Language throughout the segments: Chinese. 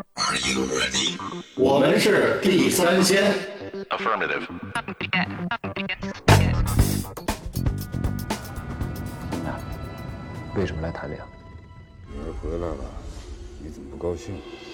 Are you ready？ 我们是地三鲜。 Affirmative。 为什么来谈恋爱？ 女儿回来了，你怎么不高兴？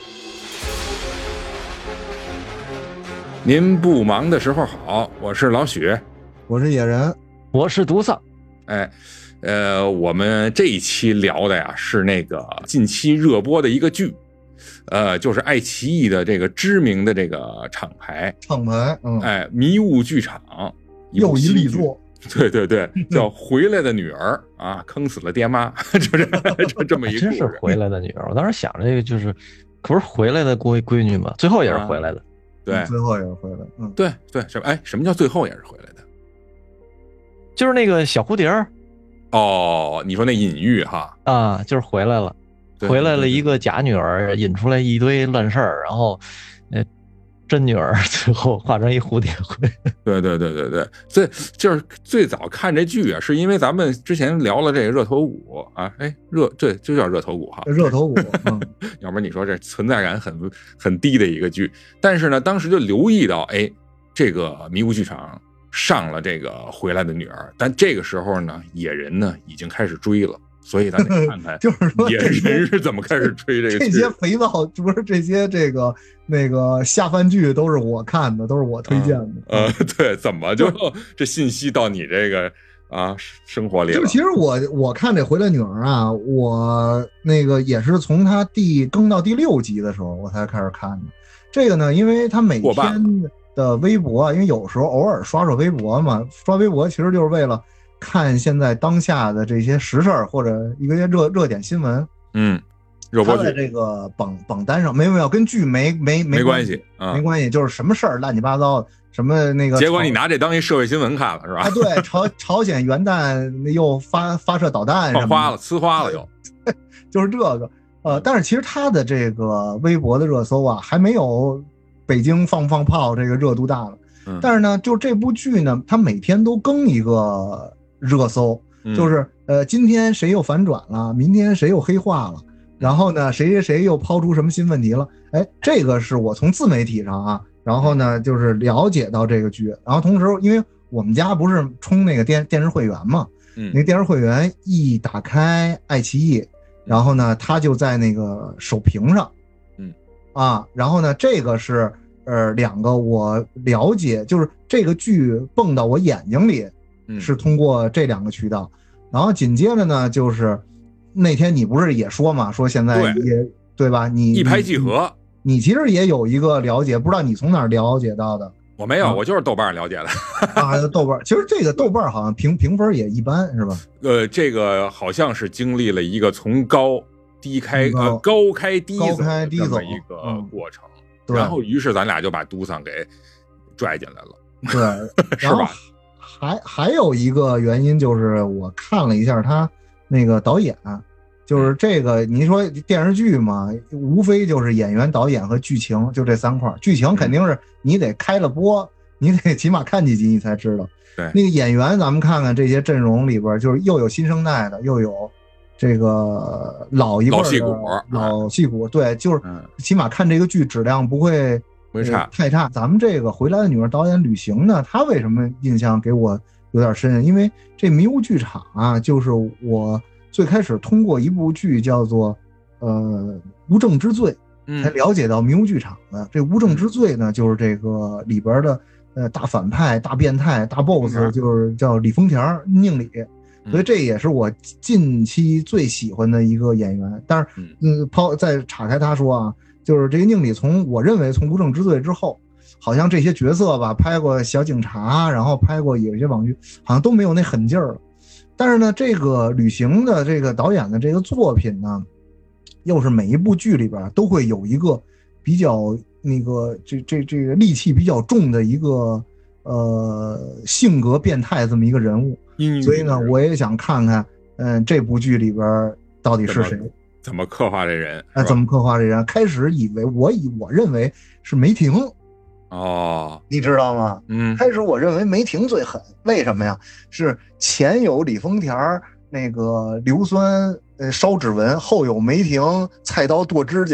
您不忙的时候好，我是老许， 我是野人， 我是独丧。 我们这一期聊的呀是那个近期热播的一个剧，就是爱奇艺的这个知名的这个厂牌，迷雾剧场， 又一力作。 对对对，叫回来的女儿啊，坑死了爹妈，就这么一个故事。 真是回来的女儿。我当时想这个就是，可不是回来的闺女吗？最后也是回来的。 对， 最后也是回来的。 对对，什么叫最后也是回来的？ 就是那个小蝴蝶儿。 哦，你说那隐喻哈？ 啊，就是回来了，回来了一个假女儿，引出来一堆烂事儿，然后，真女儿最后化成一蝴蝶回来。 对对对对对，这就是最早看这剧啊，是因为咱们之前聊了这个热头舞啊，这就叫热头舞哈， 热头舞， 要不然你说这存在感很低的一个剧，但是呢，当时就留意到，这个迷雾剧场上了这个回来的女儿，但这个时候呢，野人呢已经开始追了。所以咱得看看， 就是说野人是怎么开始追这个剧。 这些肥皂不是这些那个下饭剧都是我看的，都是我推荐的。 对，怎么就这信息到你这个生活里了？ 就其实我看这回来女儿啊，我那个也是从他更到第6集的时候我才开始看的。这个呢，因为他每天的微博啊，因为有时候偶尔刷微博嘛，刷微博其实就是为了看现在当下的这些时事或者一个热点新闻， 热播剧， 他在这个榜单上没有跟剧没关系，没关系，就是什么事儿乱七八糟，什么那个， 结果你拿这当一社会新闻看了是吧？ 对，朝鲜元旦又发射导弹， 放花了，呲花了又， 就是这个但是其实他的这个微博的热搜啊，还没有北京放炮这个热度大了。但是呢，就这部剧呢，他每天都更一个热搜，就是今天谁又反转了，明天谁又黑化了，然后呢谁又抛出什么新问题了。这个是我从自媒体上啊，然后呢就是了解到这个剧，然后同时因为我们家不是充那个电视会员嘛，那个电视会员一打开爱奇艺，然后呢他就在那个首屏上，然后呢这个是两个我了解，就是这个剧蹦到我眼睛里，是通过这2个渠道。然后紧接着呢，就是那天你不是也说嘛，说现在也 对吧？你一拍即合， 你其实也有一个了解，不知道你从哪儿了解到的？ 我没有，我就是豆瓣了解的。 豆瓣，其实这个豆瓣好像评分也一般，是吧？ 这个好像是经历了一个从高开低走这么一个过程。然后于是咱俩就把都桑给拽进来了， 对， 是吧？ 还有一个原因就是我看了一下他那个导演，就是这个你说电视剧嘛，无非就是演员、导演和剧情，就这3块。剧情肯定是你得开了播，你得起码看几集你才知道。 对， 那个演员咱们看看这些阵容里边，就是又有新生代的，又有这个老一辈的老戏骨，对，就是起码看这个剧质量不会太差。咱们这个回来的女儿导演吕行呢，他为什么印象给我有点深？因为这迷雾剧场啊，就是我最开始通过一部剧叫做无证之罪才了解到迷雾剧场的。这无证之罪呢，就是这个里边的大反派、大变态、大 boss，就是叫李丰田宁理。所以这也是我近期最喜欢的一个演员。但是再岔开他说啊，就是这个宁理我认为从无证之罪之后，好像这些角色吧，拍过小警察，然后拍过有一些网剧，好像都没有那狠劲儿了。但是呢，这个旅行的这个导演的这个作品呢，又是每一部剧里边都会有一个比较那个这个戾气比较重的一个性格变态这么一个人物。所以呢，我也想看看，这部剧里边到底是谁， 怎么刻画这人？ 怎么刻画这人？开始我认为是梅婷，你知道吗？开始我认为梅婷最狠，为什么呀？是前有李丰田那个硫酸烧指纹，后有梅婷菜刀剁指甲，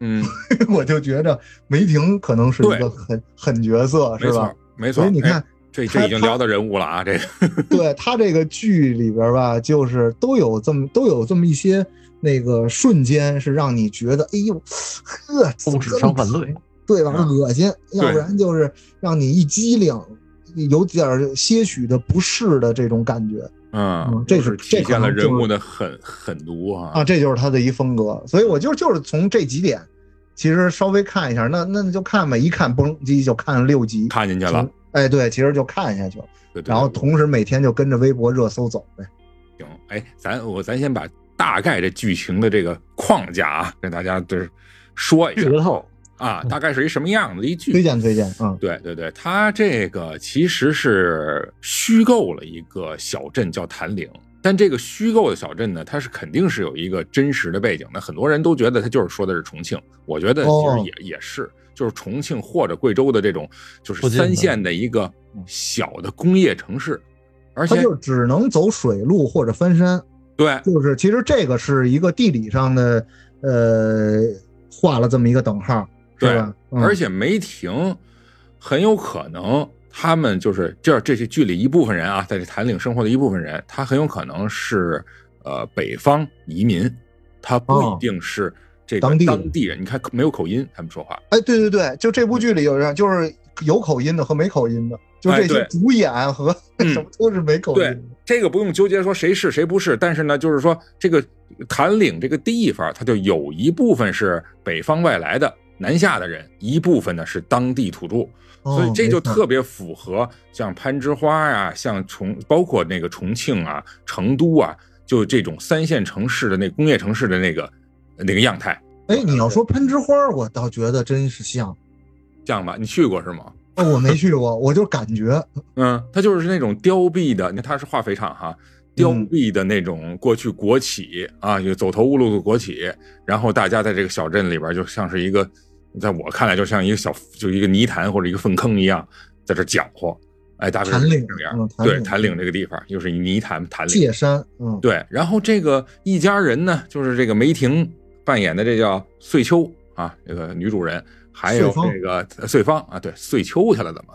我就觉着梅婷可能是一个狠角色，是吧？ 没错。 所以你看， 这已经聊到人物了啊，这个。 对他这个剧里边吧，就是都有这么一些那个瞬间，是让你觉得，哎呦，呵， 风智商犯罪， 对吧？恶心，要不然就是让你一激灵，有点些许的不适的这种感觉。 这是体现了人物的狠毒啊！ 这就是他的一风格。所以我就是从这几点，其实稍微看一下，那就看吧，一看嘣叽就看6集， 看进去了。 哎，对，其实就看下去了。 对， 然后同时每天就跟着微博热搜走呗。 行，哎，咱先把大概这剧情的这个框架啊，跟大家就是说一下啊，大概是一什么样的一剧？ 推荐， 对，它这个其实是虚构了一个小镇叫谭岭，但这个虚构的小镇呢，它是肯定是有一个真实的背景的。很多人都觉得它就是说的是重庆，我觉得其实也是，就是重庆或者贵州的这种，就是3线的一个小的工业城市，而且它就只能走水路或者翻山。 对， 就是其实这个是一个地理上的画了这么一个等号。 对，而且梅婷很有可能他们就是这些剧里一部分人啊，在这谭岭生活的一部分人，他很有可能是北方移民，他不一定是这个当地人。你看没有口音，他们说话。 哎，对，就这部剧里有人就是有口音的和没口音的，就这些主演和什么都是没口音的。 对，这个不用纠结说谁是谁不是，但是呢，就是说这个谭岭这个地方，它就有一部分是北方外来的。南下的人，一部分呢是当地土著，所以这就特别符合像攀枝花啊，像包括那个重庆啊、成都啊，就这种3线城市的那工业城市的那个样态。 哎，你要说攀枝花，我倒觉得真是像吧？你去过是吗？ 我没去过，我就感觉， 它就是那种凋敝的，你看它是化肥厂哈。凋敝的那种过去国企啊，就走投无路的国企，然后大家在这个小镇里边就像是一个，在我看来就像一个就一个泥潭或者一个粪坑一样，在这搅和。哎，大概是这样。对，谭岭这个地方又是一泥潭谭岭。 界山， 对。然后这个一家人呢，就是这个梅婷扮演的这叫穗秋啊，这个女主人。还有这个穗芳啊，对，穗秋去了怎么？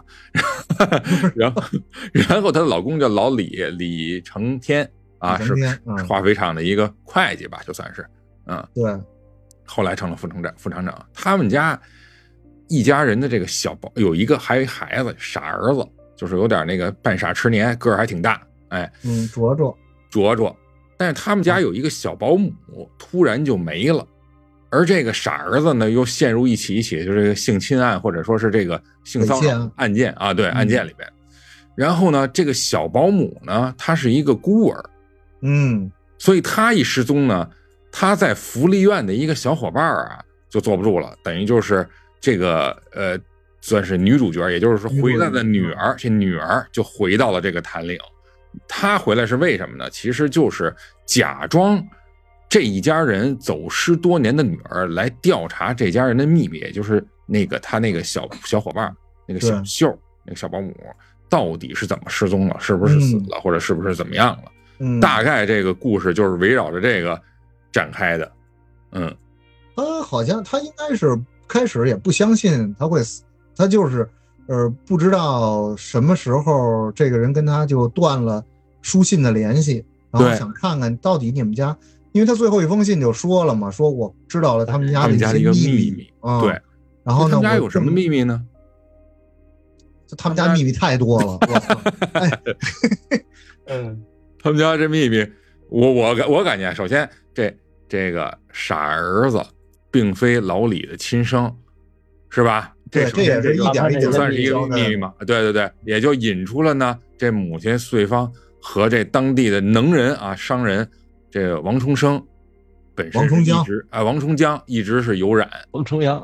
然后她的老公叫老李成天啊，是化肥厂的一个会计吧，就算是， 对。 后来成了副厂长。他们家一家人的这个小宝有一个还有孩子傻儿子，就是有点那个半傻吃年，个儿还挺大，哎，卓卓。但是他们家有一个小保姆突然就没了。而这个傻儿子呢，又陷入一起就是这个性侵案，或者说是这个性骚扰案件啊，对，案件里边。然后呢，这个小保姆呢，她是一个孤儿，所以她一失踪呢，她在福利院的一个小伙伴啊，就坐不住了，等于就是这个算是女主角，也就是说回来的女儿，这女儿就回到了这个谭岭。她回来是为什么呢？其实就是假装这一家人走失多年的女儿来调查这家人的秘密，也就是他那个小伙伴，那个小秀，那个小保姆到底是怎么失踪了，是不是死了，或者是不是怎么样了？大概这个故事就是围绕着这个展开的。 他好像他应该是开始也不相信他会死，他就是不知道什么时候这个人跟他就断了书信的联系，然后想看看到底你们家。因为他最后一封信就说了嘛，说我知道了他们家的一个秘密对。 然后呢， 他们家有什么秘密呢？ 他们家秘密太多了，我操！ 他们家这秘密，我感觉，首先这个傻儿子并非老李的亲生，是吧？ 这也是一点一点算是一个秘密嘛？对，也就引出了呢，这母亲穗芳和这当地的能人啊商人。这个王重生本身王重江一直是有染， 王重阳，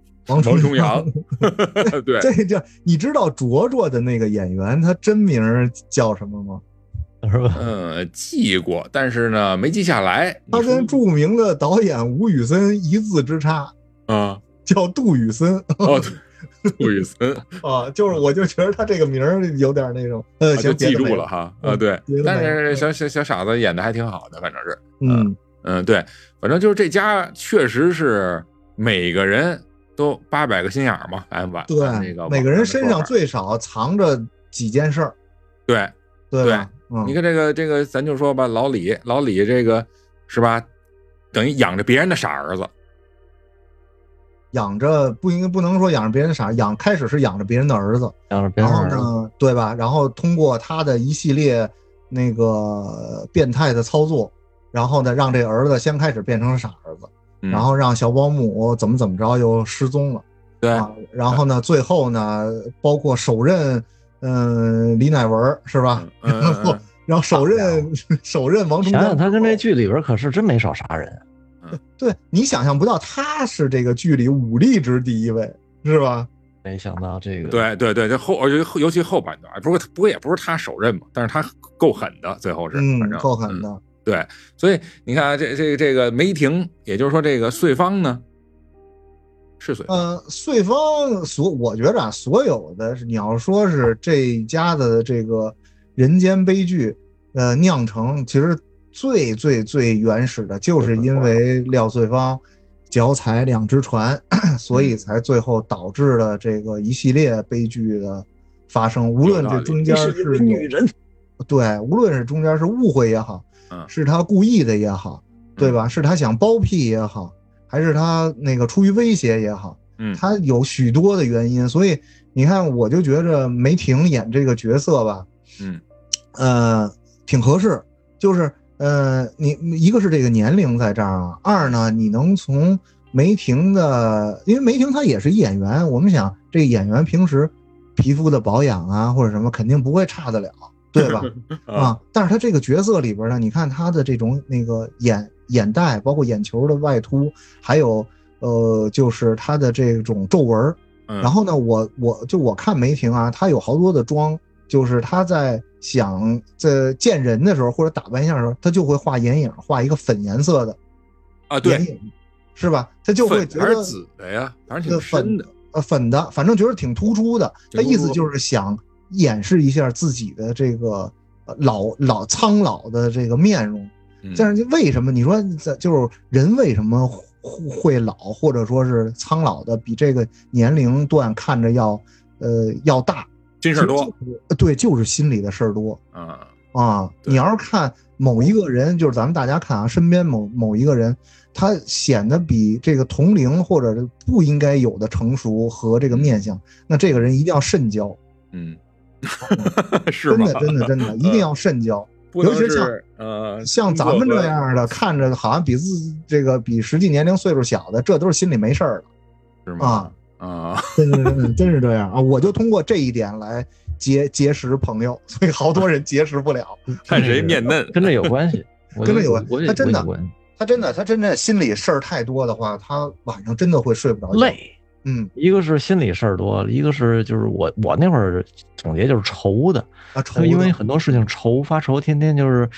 对， 这叫你知道卓卓的那个演员他真名叫什么吗？ 记过，但是呢没记下来。 他跟著名的导演吴宇森一字之差啊， 叫杜宇森。 杜宇森啊，就是我就觉得他这个名有点那种就记住了哈对，但是小傻子演的还挺好的，反正是对，反正就是这家确实是每个人都800个心眼儿嘛， 对， 那个每个人身上最少藏着几件事儿， 对吧？ 你看这个，咱就说吧，老李这个是吧，等于养着别人的傻儿子， 养着不能说养着别人的傻，开始是养着别人的儿子，然后呢，对吧？然后通过他的一系列那个变态的操作，然后呢，让这儿子先开始变成了傻儿子，然后让小保姆怎么着又失踪了， 对， 然后呢，最后呢，包括手刃李乃文是吧？然后手刃王重江， 想想他跟这剧里边可是真没少杀人。 对，你想象不到他是这个剧里武力值第一位，是吧？ 没想到这个， 对，这尤其后半段，不过也不是他手刃嘛，但是他够狠的，最后是，反正够狠的。 对，所以你看啊，这个梅婷，也就是说这个穗芳呢，是穗芳。 穗芳我觉着所有的你要说是这家的这个人间悲剧，酿成其实最原始的就是因为廖穗芳脚踩2只船，所以才最后导致了这个一系列悲剧的发生。无论这中间是女人， 对，无论是中间是误会也好，是他故意的也好，对吧？是他想包庇也好，还是他那个出于威胁也好，他有许多的原因。所以你看，我就觉着梅婷演这个角色吧，挺合适，就是你一个是这个年龄在这儿啊，二呢，你能从梅婷的，因为梅婷她也是演员，我们想这个演员平时皮肤的保养啊或者什么肯定不会差得了，对吧？但是她这个角色里边呢，你看她的这种那个眼袋，包括眼球的外凸，还有就是她的这种皱纹。然后呢，我看梅婷啊，她有好多的妆。就是他在想在见人的时候或者打扮一下的时候，他就会画眼影，画一个粉颜色的眼影，是吧？他就会觉得还是紫的呀，反正挺深的， 粉的，反正觉得挺突出的。他意思就是想掩饰一下自己的这个苍老的这个面容。但是为什么你说就是人为什么会老，或者说是苍老的比这个年龄段看着要大？ 心事多， 对，就是心里的事儿多你要是看某一个人，就是咱们大家看啊，身边某一个人，他显得比这个同龄或者不应该有的成熟和这个面相，那这个人一定要慎交。 是吗？ 真的，一定要慎交。尤其是像咱们这样的，看着好像比比实际年龄岁数小的，这都是心里没事儿的，是吗？ 真是这样啊！我就通过这一点来结识朋友，所以好多人结识不了。 看谁面嫩， 跟这有关系， 跟这有关系。他真的心里事儿太多的话，他晚上真的会睡不着觉， 累。一个是心里事儿多，一个是就是我那会儿总结就是愁的因为很多事情发愁，天天就是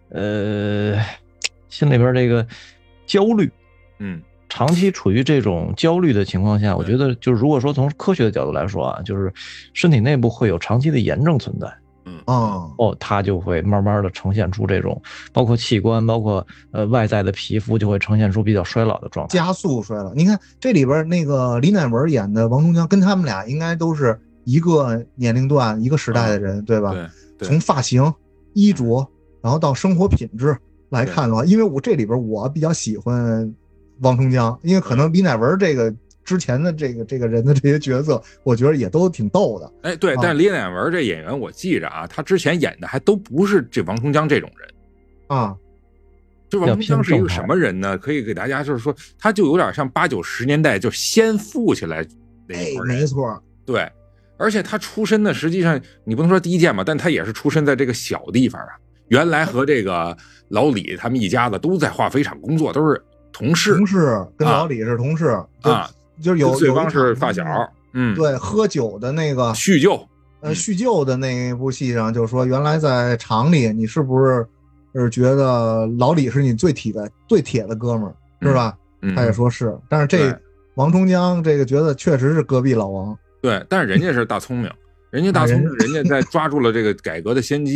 心里边这个焦虑，长期处于这种焦虑的情况下，我觉得就是如果说从科学的角度来说啊，就是身体内部会有长期的炎症存在，它就会慢慢的呈现出这种包括器官，包括外在的皮肤就会呈现出比较衰老的状态， 加速衰老。你看这里边那个李乃文演的王重江，跟他们俩应该都是一个年龄段、一个时代的人，对吧？ 对。 从发型、衣着，然后到生活品质来看的话，因为我这里边我比较喜欢王重江，因为可能李乃文这个之前的这个人的这些角色，我觉得也都挺逗的。 对，但是李乃文这演员我记着啊，他之前演的还都不是这王重江这种人这王重江是一个什么人呢？可以给大家就是说，他就有点像80、90年代就先富起来那一伙人， 没错， 对。而且他出身呢，实际上你不能说低贱嘛，但他也是出身在这个小地方啊。原来和这个老李他们一家子都在化肥厂工作，都是同事跟老李是同事就是有穗芳是发小， 对，喝酒的那个叙旧的那部戏上就说，原来在厂里你是不是觉得老李是你最铁的哥们儿，是吧？他也说是，但是这王重江这个角色确实是隔壁老王， 对，但是人家是大聪明，人家在抓住了这个改革的先机，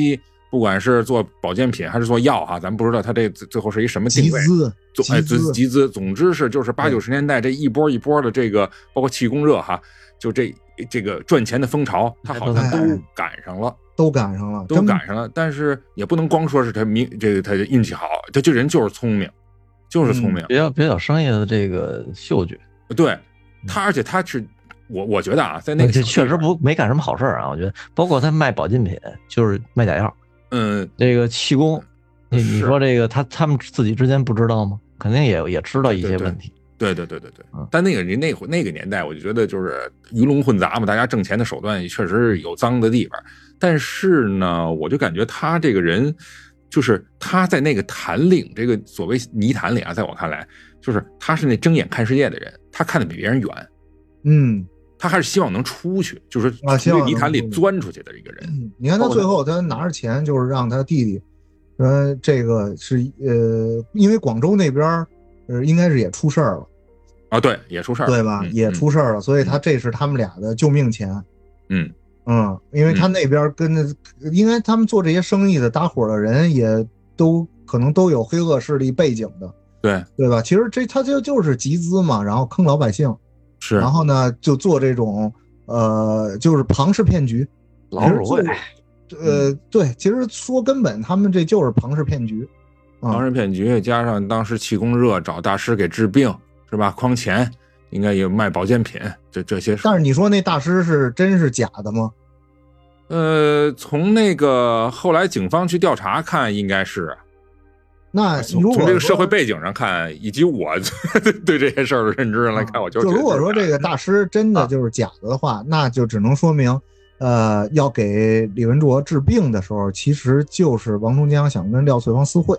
不管是做保健品还是做药哈，咱不知道它这最后是一什么定位，集资，总之是就是80、90年代这一波一波的这个包括气功热哈，就这个赚钱的风潮，它好像都赶上了。但是也不能光说是他运气好，这人就是聪明， 比较商业的这个嗅觉。 对他，而且他是我觉得啊，在那个确实没干什么好事啊。我觉得包括他卖保健品，就是卖假药。这个气功，你说这个他们自己之间不知道吗？肯定也知道一些问题。 对，但那个年代，我就觉得就是鱼龙混杂嘛，大家挣钱的手段确实有脏的地方。但是呢，我就感觉他这个人，就是他在那个坛岭，这个所谓泥潭里啊，在我看来，就是他是那睁眼看世界的人，他看得比别人远。他还是希望能出去，就是从泥潭里钻出去的一个人。 你看他最后他拿着钱，就是让他弟弟，这个是因为广州那边应该是也出事儿了。 啊，对，也出事儿， 对吧？也出事儿了，所以这是他们俩的救命钱。因为他那边应该他们做这些生意的搭伙的人也都可能都有黑恶势力背景的，对吧？其实他就是集资嘛，然后坑老百姓， 是， 然后呢就做这种就是庞氏骗局， 老鼠会。 对，其实说根本他们这就是庞氏骗局， 庞氏骗局加上当时气功热找大师给治病。是吧？匡钱应该也卖保健品，这些。 但是你说那大师是真是假的吗？ 从那个后来警方去调查看，应该是。 那从这个社会背景上看，以及我对这些事儿的认知上来看，我就如果说这个大师真的就是假的话，那就只能说明，要给李文卓治病的时候，其实就是王重江想跟廖翠芳私会。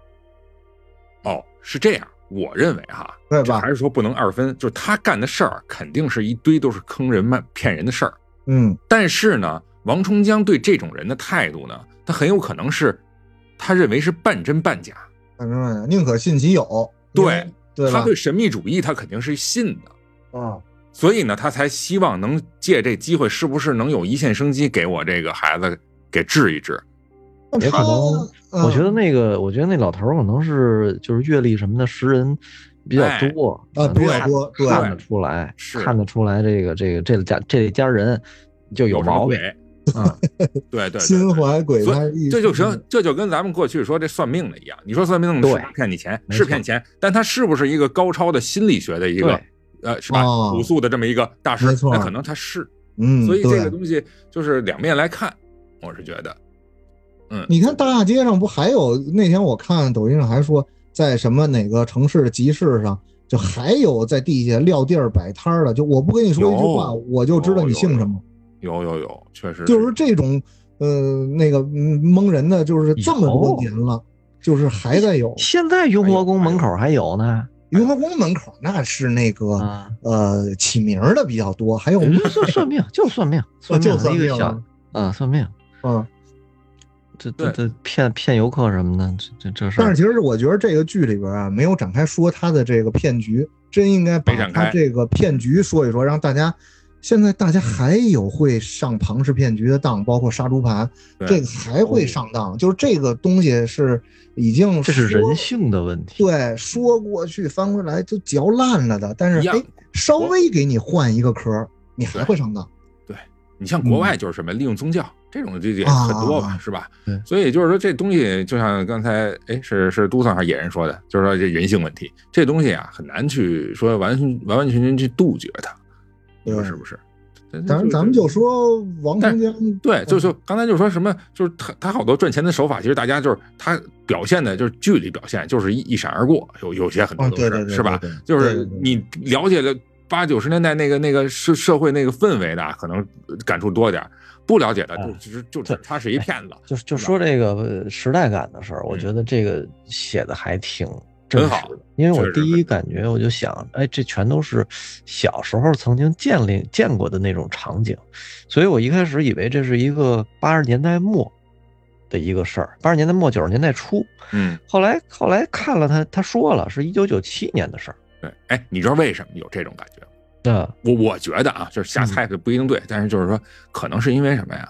是这样。我认为哈， 对吧？ 还是说不能二分，就是他干的事儿肯定是一堆都是坑人骗人的事儿。但是呢，王重江对这种人的态度呢，他很有可能是他认为是半真半假， 宁可信其有。 对， 他对神秘主义他肯定是信的。所以呢，他才希望能借这机会，是不是能有一线生机给我这个孩子给治一治。 也可能，我觉得那老头可能是就是阅历什么的识人比较多比较多， 看得出来这家人就有毛病。 对， 心怀鬼胎， 这就行，这就跟咱们过去说这算命的一样。你说算命的是骗你钱，是骗钱，但他是不是一个高超的心理学的一个是吧？朴素的这么一个大师，那可能他是。所以这个东西就是两面来看，我是觉得。 你看大街上不还有，那天我看抖音上还说，在什么哪个城市的集市上，就还有在地下撂地儿摆摊的，就我不跟你说一句话，我就知道你姓什么。 有，确实就是这种那个蒙人的，就是这么多年了，就是还在有。 现在雍和宫门口还有呢。 雍和宫门口那是那个起名的比较多，还有算命，就算命，算命算命。这骗游客什么的，这事儿。 但是其实我觉得这个剧里边啊，没有展开说他的这个骗局，真应该把他这个骗局说一说，让大家现在大家还有会上庞氏骗局的当，包括杀猪盘，这个还会上当，就是这个东西是已经这是人性的问题。 对，说过去翻回来就嚼烂了的，但是稍微给你换一个壳，你还会上当。 对，你像国外就是什么利用宗教。这种这也很多吧，是吧？所以就是说这东西，就像刚才是都桑还是野人说的，就是说这人性问题，这东西啊很难去说完全去杜绝它，你说是不是？ 咱们就说王重江， 对，就是刚才就说什么，就是他好多赚钱的手法，其实大家就是他表现的，就是剧里表现就是一闪而过，有些很多都是，是吧？就是你了解了80、90年代那个社会那个氛围的，可能感触多点。不了解的就是他是一骗子， 就说这个时代感的事儿，我觉得这个写的还挺真实的。因为我第一感觉我就想，这全都是小时候曾经见过的那种场景，所以我一开始以为这是一个80年代末的一个事儿，80年代末90年代初。后来看了他说了是1997年的事儿。 对，你知道为什么有这种感觉吗？我觉得啊，就是瞎猜的不一定对，但是就是说，可能是因为什么呀？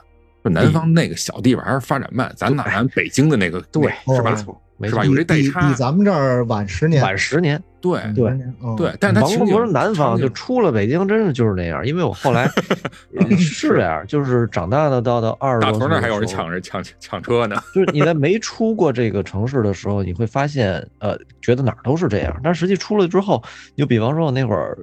说南方那个小地方还是发展慢，咱拿咱北京的那个对是吧？是吧？有这代差， 比咱们这儿晚10年， 晚10年。 对对对，但是他甭说南方，就出了北京，真是就是那样。因为我后来是这样，就是长大的到20多岁， 大头那还有人抢车呢。 就是你在没出过这个城市的时候，你会发现，觉得哪儿都是这样。但实际出来之后，就比方说我那会儿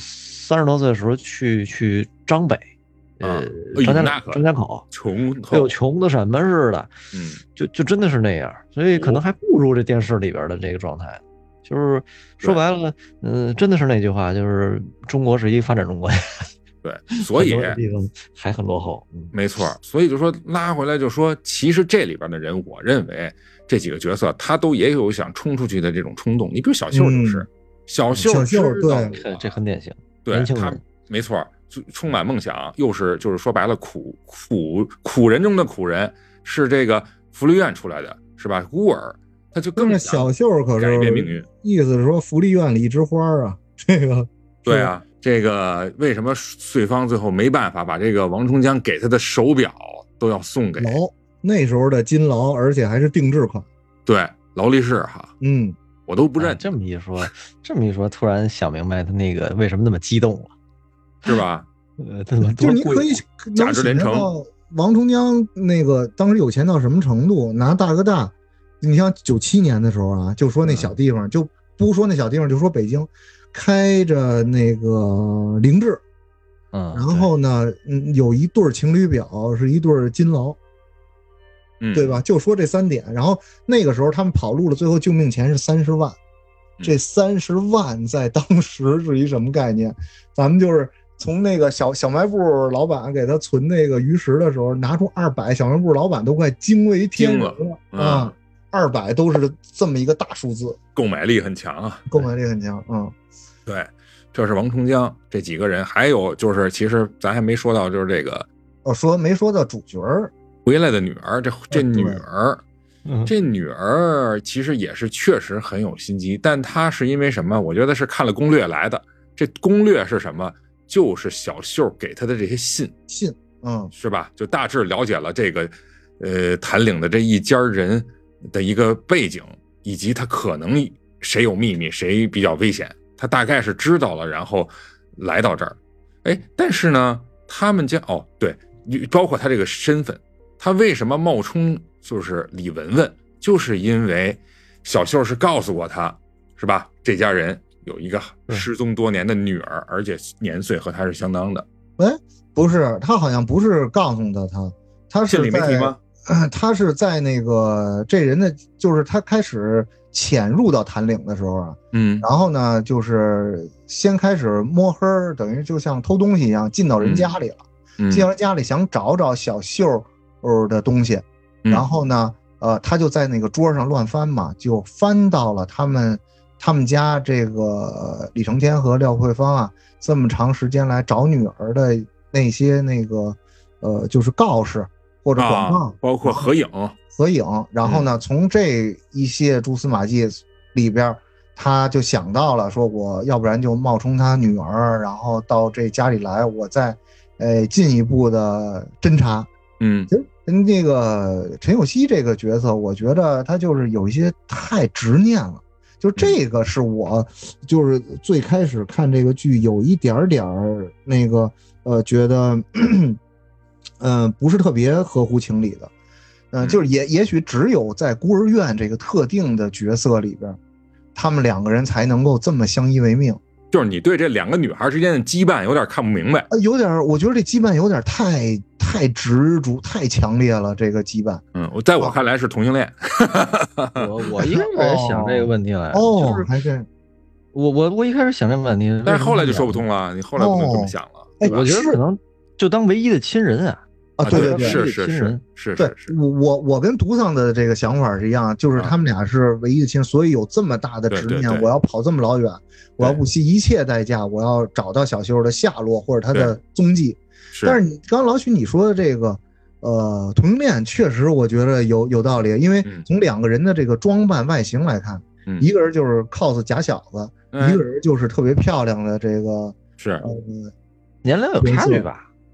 ，30多岁的时候去张北。张家口穷， 哎呦，穷的什么似的，就真的是那样，所以可能还不如这电视里边的这个状态。就是说白了，真的是那句话，就是中国是一个发展中国家， 对，所以地方还很落后， 没错。所以就说拉回来就说，其实这里边的人，我认为这几个角色他都也有想冲出去的这种冲动。你比如小秀就是，小秀对， 这很典型， 对他没错。充满梦想，就是说白了苦人中的苦人，是这个福利院出来的，是吧？孤儿，他就更小秀可是改变命运， 意思是说福利院里一枝花啊，这个对啊，这个为什么穗芳最后没办法把这个王重江给他的手表都要送给那时候的金劳，而且还是定制款， 对，劳力士哈，我都不认。 这么一说，突然想明白他那个为什么那么激动了。 是吧？ 就是你可以价值连城。 王重江那个当时有钱到什么程度？拿大哥大，你像97年的时候啊，就说那小地方，就不说那小地方，就说北京，开着那个凌志，然后呢，有一对情侣表是一对金劳，对吧？就说这3点。然后那个时候他们跑路了，最后救命钱是30万，这30万在当时是一什么概念？咱们就是从那个小卖部老板给他存那个鱼食的时候，拿出200，小卖部老板都快惊为天人了啊！200都是这么一个大数字， 购买力很强啊， 购买力很强。 对，这是王重江这几个人，还有就是其实咱还没说到，就是这个没说到主角回来的女儿，这女儿。这女儿其实也是确实很有心机，但她是因为什么？我觉得是看了攻略来的。这攻略是什么？就是小秀给她的这些信，是吧？就大致了解了这个谭岭的这一家人的一个背景，以及他可能谁有秘密，谁比较危险，他大概是知道了，然后来到这儿。但是呢，他们家对，包括他这个身份，他为什么冒充就是李文文，就是因为小秀是告诉过他，是吧？这家人有一个失踪多年的女儿，而且年岁和他是相当的。 不是，他好像不是告诉他是信里没提吗？ 他是在那个这人的，就是他开始潜入到谭岭的时候啊，然后呢，就是先开始摸黑，等于就像偷东西一样进到人家里了，进到人家里想找小秀的东西，然后呢，他就在那个桌上乱翻嘛，就翻到了他们家这个李承天和廖慧芳啊，这么长时间来找女儿的那些那个就是告示或者广告， 包括合影， 然后呢，从这一些蛛丝马迹里边，他就想到了说，我要不然就冒充他女儿，然后到这家里来，我再进一步的侦查。其实跟那个陈有希这个角色，我觉得他就是有一些太执念了。就这个是我就是最开始看这个剧有一点那个觉得不是特别合乎情理的，就是也许只有在孤儿院这个特定的角色里边，他们2个人才能够这么相依为命。 就是你对这2个女孩之间的羁绊有点看不明白， 有点，我觉得这羁绊有点太执着、太强烈了。这个羁绊， 在我看来是同性恋。 我一开始想这个问题来，就是还是我一开始想这个问题， 但是后来就说不通了。你后来不能这么想了。 我觉得可能就当唯一的亲人啊。 对， 是。 对，我跟独丧的这个想法是一样，就是他们俩是唯一的亲人，所以有这么大的执念，我要跑这么老远，我要不惜一切代价，我要找到小秀的下落或者他的踪迹。但是你刚老许你说的这个同性恋，确实我觉得有道理，因为从2个人的这个装扮外形来看，一个人就是 cos 假小子，一个人就是特别漂亮的这个是年龄有差距吧。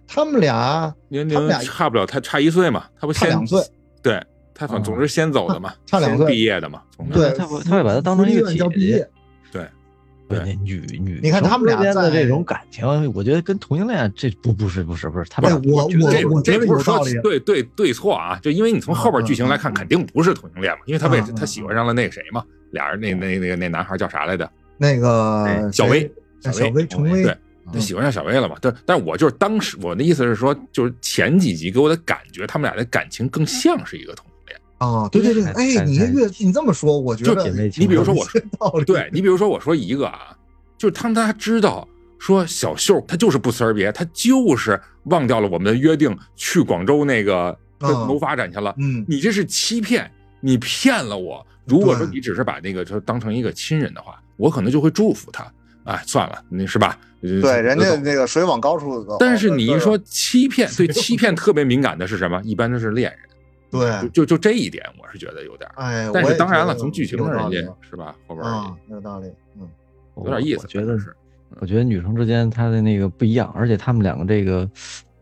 他们俩年龄差不了，他差1岁嘛，他不先差2岁， 对他总是先走的嘛， 差2岁毕业的嘛， 对， 他会把他当成一个姐姐， 对， 女， 你看他们俩的这种感情，我觉得跟同性恋这不是，他们我觉得不是说对错啊，就因为你从后边剧情来看，肯定不是同性恋嘛，因为他喜欢上了那个谁嘛，俩人那男孩叫啥来着？ 那个小薇程薇， 对，他喜欢上小薇了嘛？对，但我就是当时我的意思是说，就是前几集给我的感觉，他们俩的感情更像是一个同性恋啊。对，哎，你这么说，我觉得你比如说对你比如说我说一个啊，就是当他知道说小秀他就是不辞而别，他就是忘掉了我们的约定，去广州那个谋发展去了。你这是欺骗，你骗了我。如果说你只是把那个当成一个亲人的话，我可能就会祝福他。哎，算了，你是吧？ 对，人家那个水往高处走。 但是你一说欺骗，对欺骗特别敏感的是什么？一般都是恋人。 对， 就这一点，我是觉得有点。 哎， 但是当然了，从剧情上人家是吧？后边有道理， 有点意思。 我觉得女生之间她的那个不一样，而且他们两个这个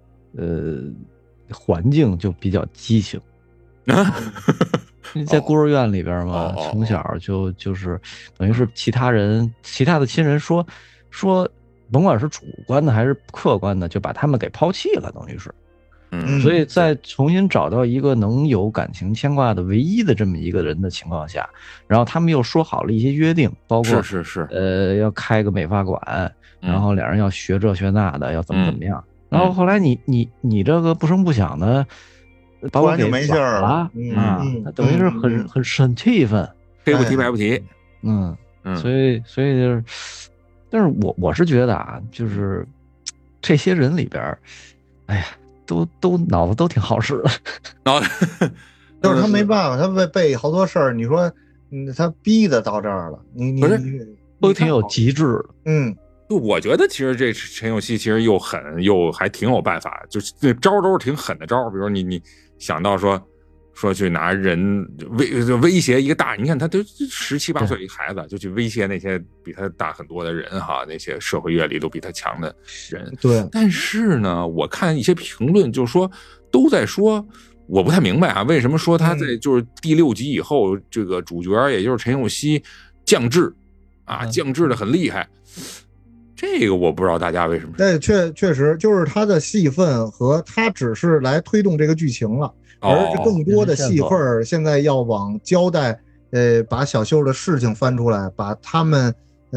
环境就比较激情。在孤儿院里边嘛，从小就是等于是其他的亲人说，甭管是主观的还是客观的，就把他们给抛弃了，等于是。所以在重新找到一个能有感情牵挂的唯一的这么一个人的情况下，然后他们又说好了一些约定，包括要开个美发馆，然后两人要学这学那的，要怎么样。然后后来你这个不声不响的把我给甩了啊，等于是很生气愤， 黑不提白不提。 所以就是，但是我是觉得啊，就是这些人里边，哎呀，都脑子都挺好使的， 就是他没办法，他被好多事儿，你说，他逼的到这儿了，你都挺有极致的， 我觉得其实这陈有希其实又狠又还挺有办法，就是那招都是挺狠的招，比如你想到说去拿人威胁一个大，你看他都17、18岁一个孩子，就去威胁那些比他大很多的人哈，那些社会阅历都比他强的人。 对， 但是呢，我看一些评论就是说都在说，我不太明白啊，为什么说他在就是第6集以后，这个主角也就是陈有希降智啊，降智的很厉害。这个我不知道大家为什么。 对，确实就是他的戏份和他只是来推动这个剧情了，而更多的戏份现在要往交代，把小秀的事情翻出来，把他们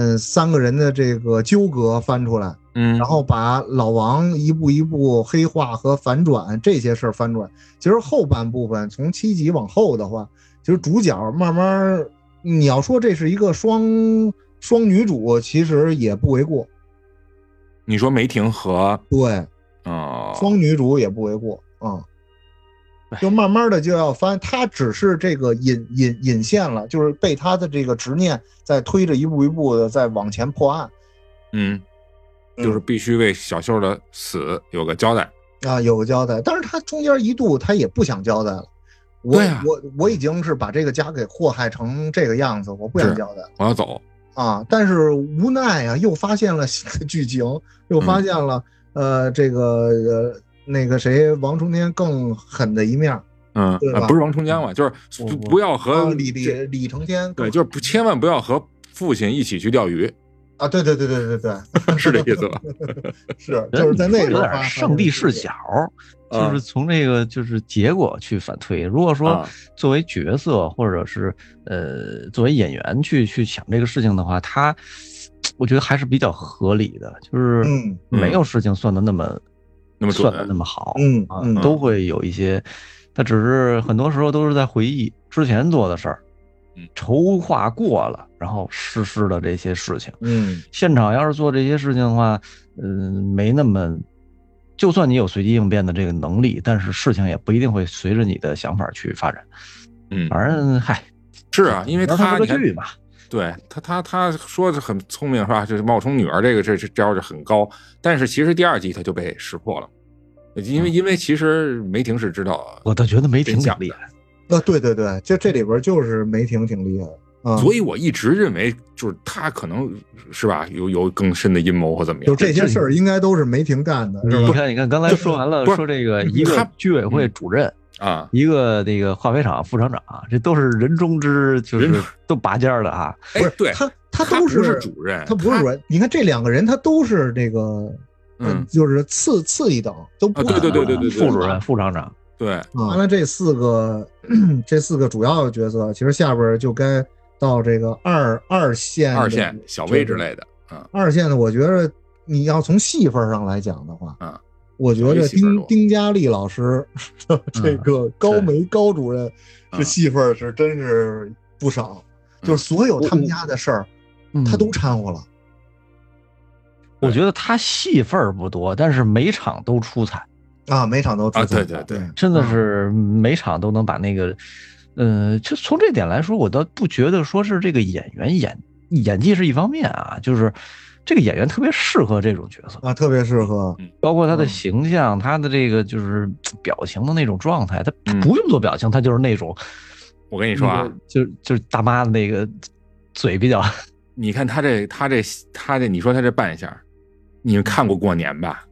3个人的这个纠葛翻出来，然后把老王一步一步黑化和反转这些事儿翻出来。其实后半部分从7集往后的话，其实主角慢慢，你要说这是一个双女主，其实也不为过。 你说梅婷和对，双女主也不为过就慢慢的就要翻，他只是这个引线了，就是被他的这个执念在推着一步一步的在往前破案。 就是必须为小秀的死有个交代啊，有个交代。但是他中间一度他也不想交代了。我已经是把这个家给祸害成这个样子，我不想交代， 我要走啊！但是无奈啊，又发现了新的剧情，又发现了那个谁王冲天更狠的一面。对吧？ 不是王冲江嘛，就是不要和李承天， 对，就是千万不要和父亲一起去钓鱼啊！对， 是这意思吧？ 是，就是在那有点上帝视角。就是从这个就是结果去反推。如果说作为角色或者是作为演员去想这个事情的话，我觉得还是比较合理的，就是没有事情算的那么算的那么好，都会有一些，他只是很多时候都是在回忆之前做的事儿，筹划过了，然后实施的这些事情。现场要是做这些事情的话，没那么。就算你有随机应变的这个能力，但是事情也不一定会随着你的想法去发展。反正是啊，因为他个剧嘛， 对他说的很聪明是吧？就是冒充女儿这招就很高，但是其实第2集他就被识破了，因为其实梅婷是知道， 我倒觉得梅婷挺厉害。 对，就这里边就是梅婷挺厉害的。 所以我一直认为就是他可能是吧，有更深的阴谋或怎么样。 就这些事儿应该都是梅婷干的，是吧？ 你看，刚才说完了，说这个一个居委会主任啊， 一个那个化肥厂副厂长，这都是人中之，就是都拔尖的啊。 不是，对， 他都是主任， 他不是主任。你看这2个人，他都是这个，就是次一等，都不对， 副主任、副厂长。 对， 完了这4个主要角色，其实下边就该到这个二线小薇之类的。 二线的，我觉得你要从戏份上来讲的话，我觉得丁嘉丽老师这个高梅高主任是戏份是真是不少，就是所有他们家的事儿，他都掺和了。 我觉得他戏份不多，但是每场都出彩啊，每场都出彩， 对， 真的是每场都能把那个，就从这点来说，我倒不觉得说是这个演员演技是一方面啊，就是这个演员特别适合这种角色啊，特别适合， 包括他的形象，他的这个就是表情的那种状态，他不用做表情，他就是那种， 我跟你说啊， 就是大妈的那个嘴比较， 你看他这，你说他这扮相，你们看过过年吧？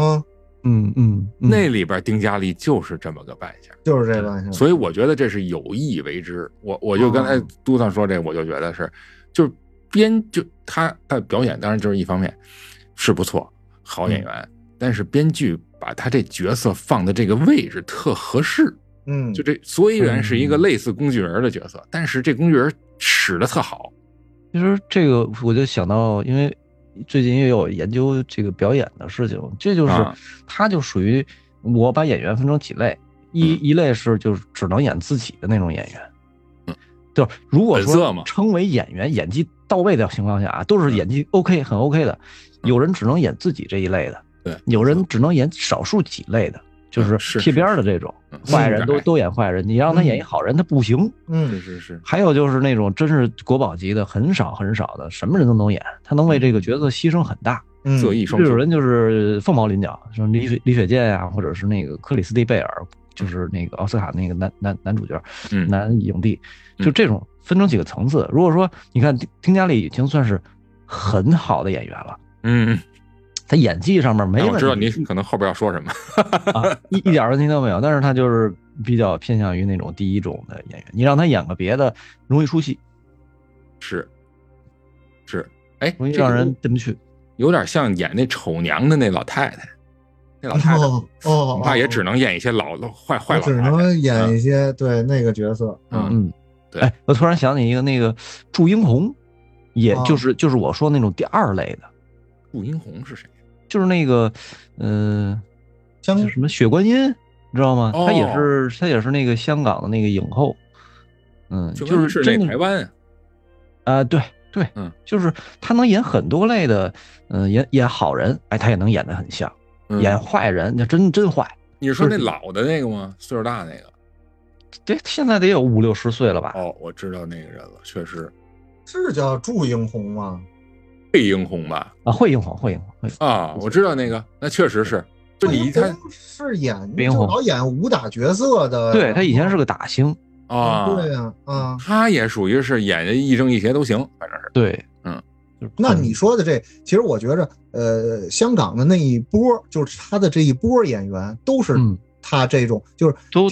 那里边丁嘉丽就是这么个扮相， 就是这扮相， 所以我觉得这是有意为之。我就刚才嘟上说这，我就觉得是，就是他的表演当然就是一方面是不错，好演员，但是编剧把他这角色放的这个位置特合适，就这虽然是一个类似工具人的角色，但是这工具人使得特好。 其实这个我就想到，因为最近也有研究这个表演的事情，这就是他就属于我把演员分成几类，一类是就是只能演自己的那种演员，就是如果说称为演员演技到位的情况下啊，都是演技 OK 很 OK 的，有人只能演自己这一类的， 对， 有人只能演少数几类的，就是贴边的这种坏人都演坏人，你让他演一好人他不行。 是。 还有就是那种真是国宝级的，很少的，什么人都能演，他能为这个角色牺牲很大。 色艺双修。 这种人就是凤毛麟角，像李雪健呀，或者是那个克里斯蒂贝尔，就是那个奥斯卡那个男主角，男影帝，就这种分成几个层次。如果说你看丁嘉丽已经算是很好的演员了，他演技上面没问题。 我知道你可能后边要说什么一点问题都没有，但是他就是比较偏向于那种第一种的演员，你让他演个别的容易出戏， 是， 容易让人进不去， 有点像演那丑娘的那老太太，那老太太恐怕也只能演一些坏老太太， 只能演一些对那个角色。 对。 我突然想起一个那个祝英红，也就是我说那种第二类的。 祝英红是谁？ 就是那个叫什么雪观音，你知道吗？她也是那个香港的那个影后，就是那台湾对，就是她能演很多类的，演好人，她也能演得很像，演坏人，那真坏。 你是说那老的那个吗？岁数大那个？ 对，现在得有50、60岁了吧？ 我知道那个人了，确实是叫祝英红吗？ 惠英红吧？ 惠英红啊，我知道那个，那确实是。就你看， 是老演武打角色的， 对，他以前是个打星啊， 对呀， 他也属于是演一正一邪都行，反正是对， 那你说的这，其实我觉着，香港的那一波，就是他的这一波演员都是。他这种就是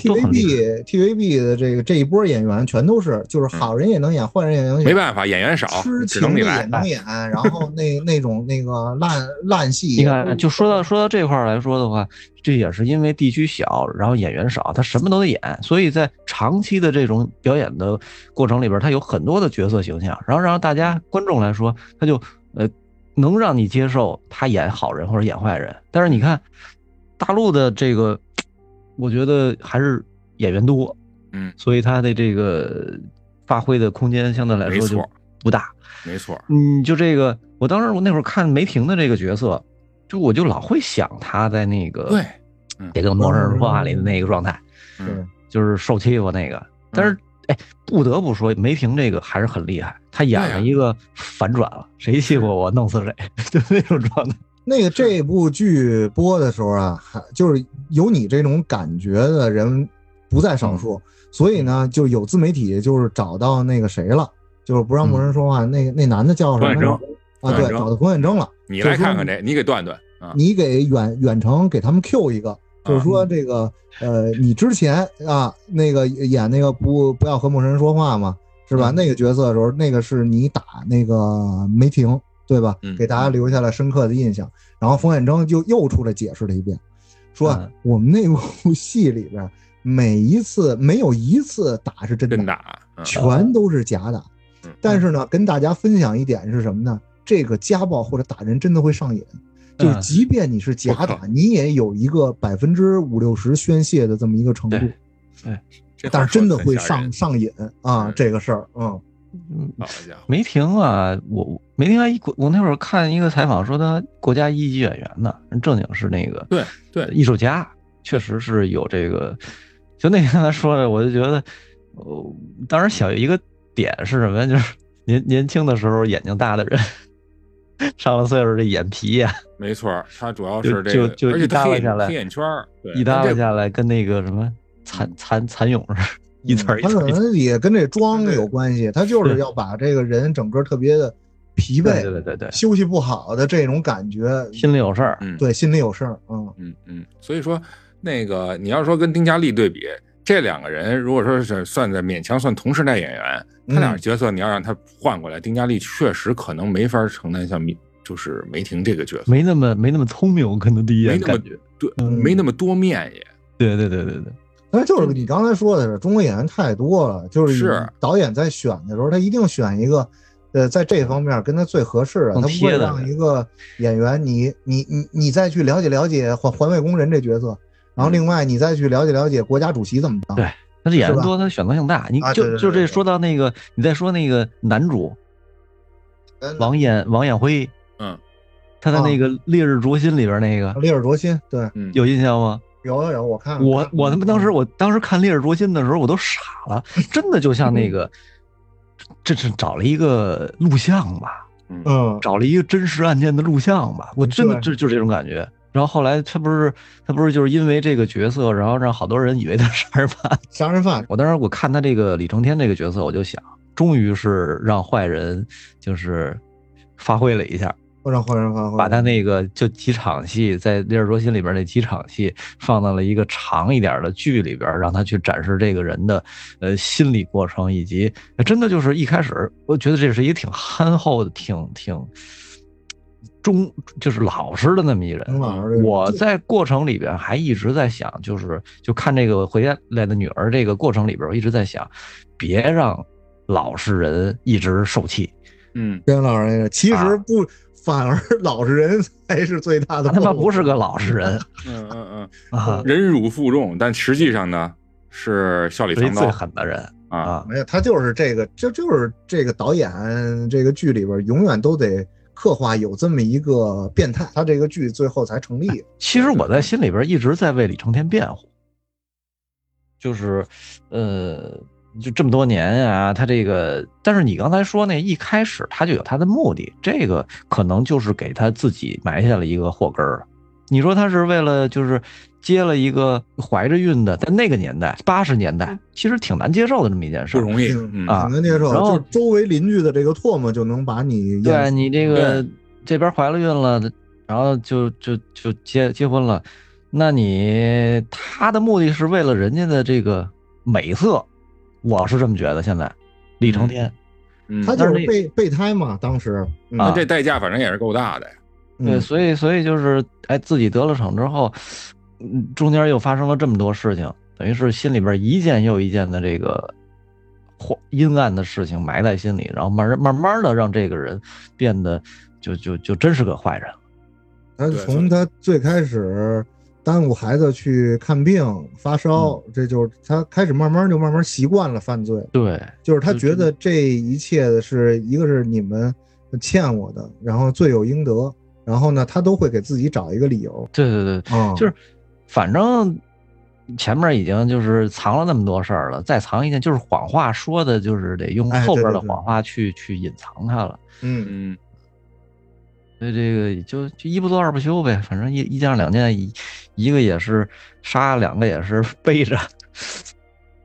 TVB 的这一波演员全都是，就是好人也能演，坏人也能演， 没办法，演员少， 痴情的也能演，然后那种那个烂戏， 你看，就说到这块来说的话，这也是因为地区小，然后演员少，他什么都得演，所以在长期的这种表演的过程里边，他有很多的角色形象，然后让大家观众来说，他就能让你接受他演好人或者演坏人。但是你看大陆的这个。我觉得还是演员多，所以他的这个发挥的空间相对来说就不大， 没错。 就这个，我那会儿看梅婷的这个角色，我就老会想他在那个对， 这个《魔人说话》里的那个状态，就是受欺负那个。但是不得不说，梅婷这个还是很厉害，她演了一个反转了，谁欺负我弄死谁，就那种状态。 那个这部剧播的时候啊，就是有你这种感觉的人不在少数，所以呢，就有自媒体就是找到那个谁了， 就是不让陌生人说话，那男的叫什么啊？对，找到冯远征了。 你来看看这，你给段段啊， 你给远程给他们 Q 一个，就是说这个你之前啊那个演那个不要和陌生人说话嘛，是吧？那个角色的时候，那个是你打那个梅婷，对吧？给大家留下了深刻的印象。然后冯远征就又出来解释了一遍，说我们那部戏里边每一次没有一次打是真打，全都是假打。但是呢，跟大家分享一点是什么呢？这个家暴或者打人真的会上瘾，就是即便你是假打，你也有一个50%-60%宣泄的这么一个程度。 对， 但是真的会上瘾啊，这个事儿， 梅婷啊，梅婷我那会儿看一个采访说她国家1级演员呢，正经是那个对艺术家，确实是有这个。就那天他说的，我就觉得，当时想一个点是什么呀？就是年轻的时候眼睛大的人，上了岁数这眼皮呀， 没错，他主要是这个， 就而且他黑眼圈， 一耷拉下来，跟那个什么蚕蛹似的，一层一层。 他可能也跟这妆有关系，他就是要把这个人整个特别的疲惫， 对， 休息不好的这种感觉， 心里有事儿， 对，心里有事儿， 所以说那个你要说跟丁嘉丽对比。这两个人如果说是算在勉强算同时代演员，他俩角色你要让他换过来，丁嘉丽确实可能没法承担像就是梅婷这个角色， 没那么聪明，我可能第一眼感觉对，没那么多面也。 对。 但就是你刚才说的是，中国演员太多了，就是导演在选的时候，他一定选一个，在这方面跟他最合适的，他不会让一个演员你再去了解环卫工人这角色。然后另外你再去了解国家主席怎么当， 对，他这演员多，他选择性大。你就这说到那个，你再说那个男主王彦辉，他的那个《烈日灼心》里边那个 《烈日灼心》，对， 有印象吗？ 有，我看我他妈当时看《烈日灼心》的时候，我都傻了，真的就像那个，这是找了一个录像吧，找了一个真实案件的录像吧，我真的就这种感觉。然后后来他不是就是因为这个角色，然后让好多人以为他杀人犯。我当时我看他这个李承天这个角色，我就想，终于是让坏人就是发挥了一下， 让坏人发挥， 把他那个就几场戏在《烈日灼心》里边那几场戏放到了一个长一点的剧里边，让他去展示这个人的心理过程，以及真的就是一开始我觉得这是一个挺憨厚的，挺就是老实的那么一人。我在过程里边还一直在想，就看这个回家来的女儿这个过程里边，我一直在想，别让老实人一直受气。 别让老实人，其实不，反而老实人才是最大的。 他妈不是个老实人， 忍辱负重，但实际上呢是笑里藏刀， 最狠的人啊！ 没有，他就是这个，就是这个导演这个剧里边永远都得刻画有这么一个变态，他这个剧最后才成立。 其实我在心里边一直在为李承天辩护，就是就这么多年啊，他这个，但是你刚才说那一开始他就有他的目的，这个可能就是给他自己埋下了一个祸根了。你说他是为了就是接了一个怀着孕的，在那个年代80年代其实挺难接受的这么一件事， 不容易啊，挺难接受。然后周围邻居的这个唾沫就能把你对你这个这边怀了孕了，然后就结婚了，那他的目的是为了人家的这个美色。我是这么觉得，现在李承天， 他就是备胎嘛，当时那这代价反正也是够大的呀。 对，所以就是自己得了逞之后，中间又发生了这么多事情，等于是心里边一件又一件的这个阴暗的事情埋在心里，然后慢慢的让这个人变得就真是个坏人了。 他从他最开始耽误孩子去看病发烧，这就是他开始慢慢习惯了犯罪。对，就是他觉得这一切是一个是你们欠我的，然后罪有应得，然后呢他都会给自己找一个理由。对，就是反正前面已经就是藏了那么多事儿了，再藏一件就是谎话说的，就是得用后边的谎话去隐藏它了。所以这个就一不做二不休呗，反正一件两件，一个也是杀，两个也是背着。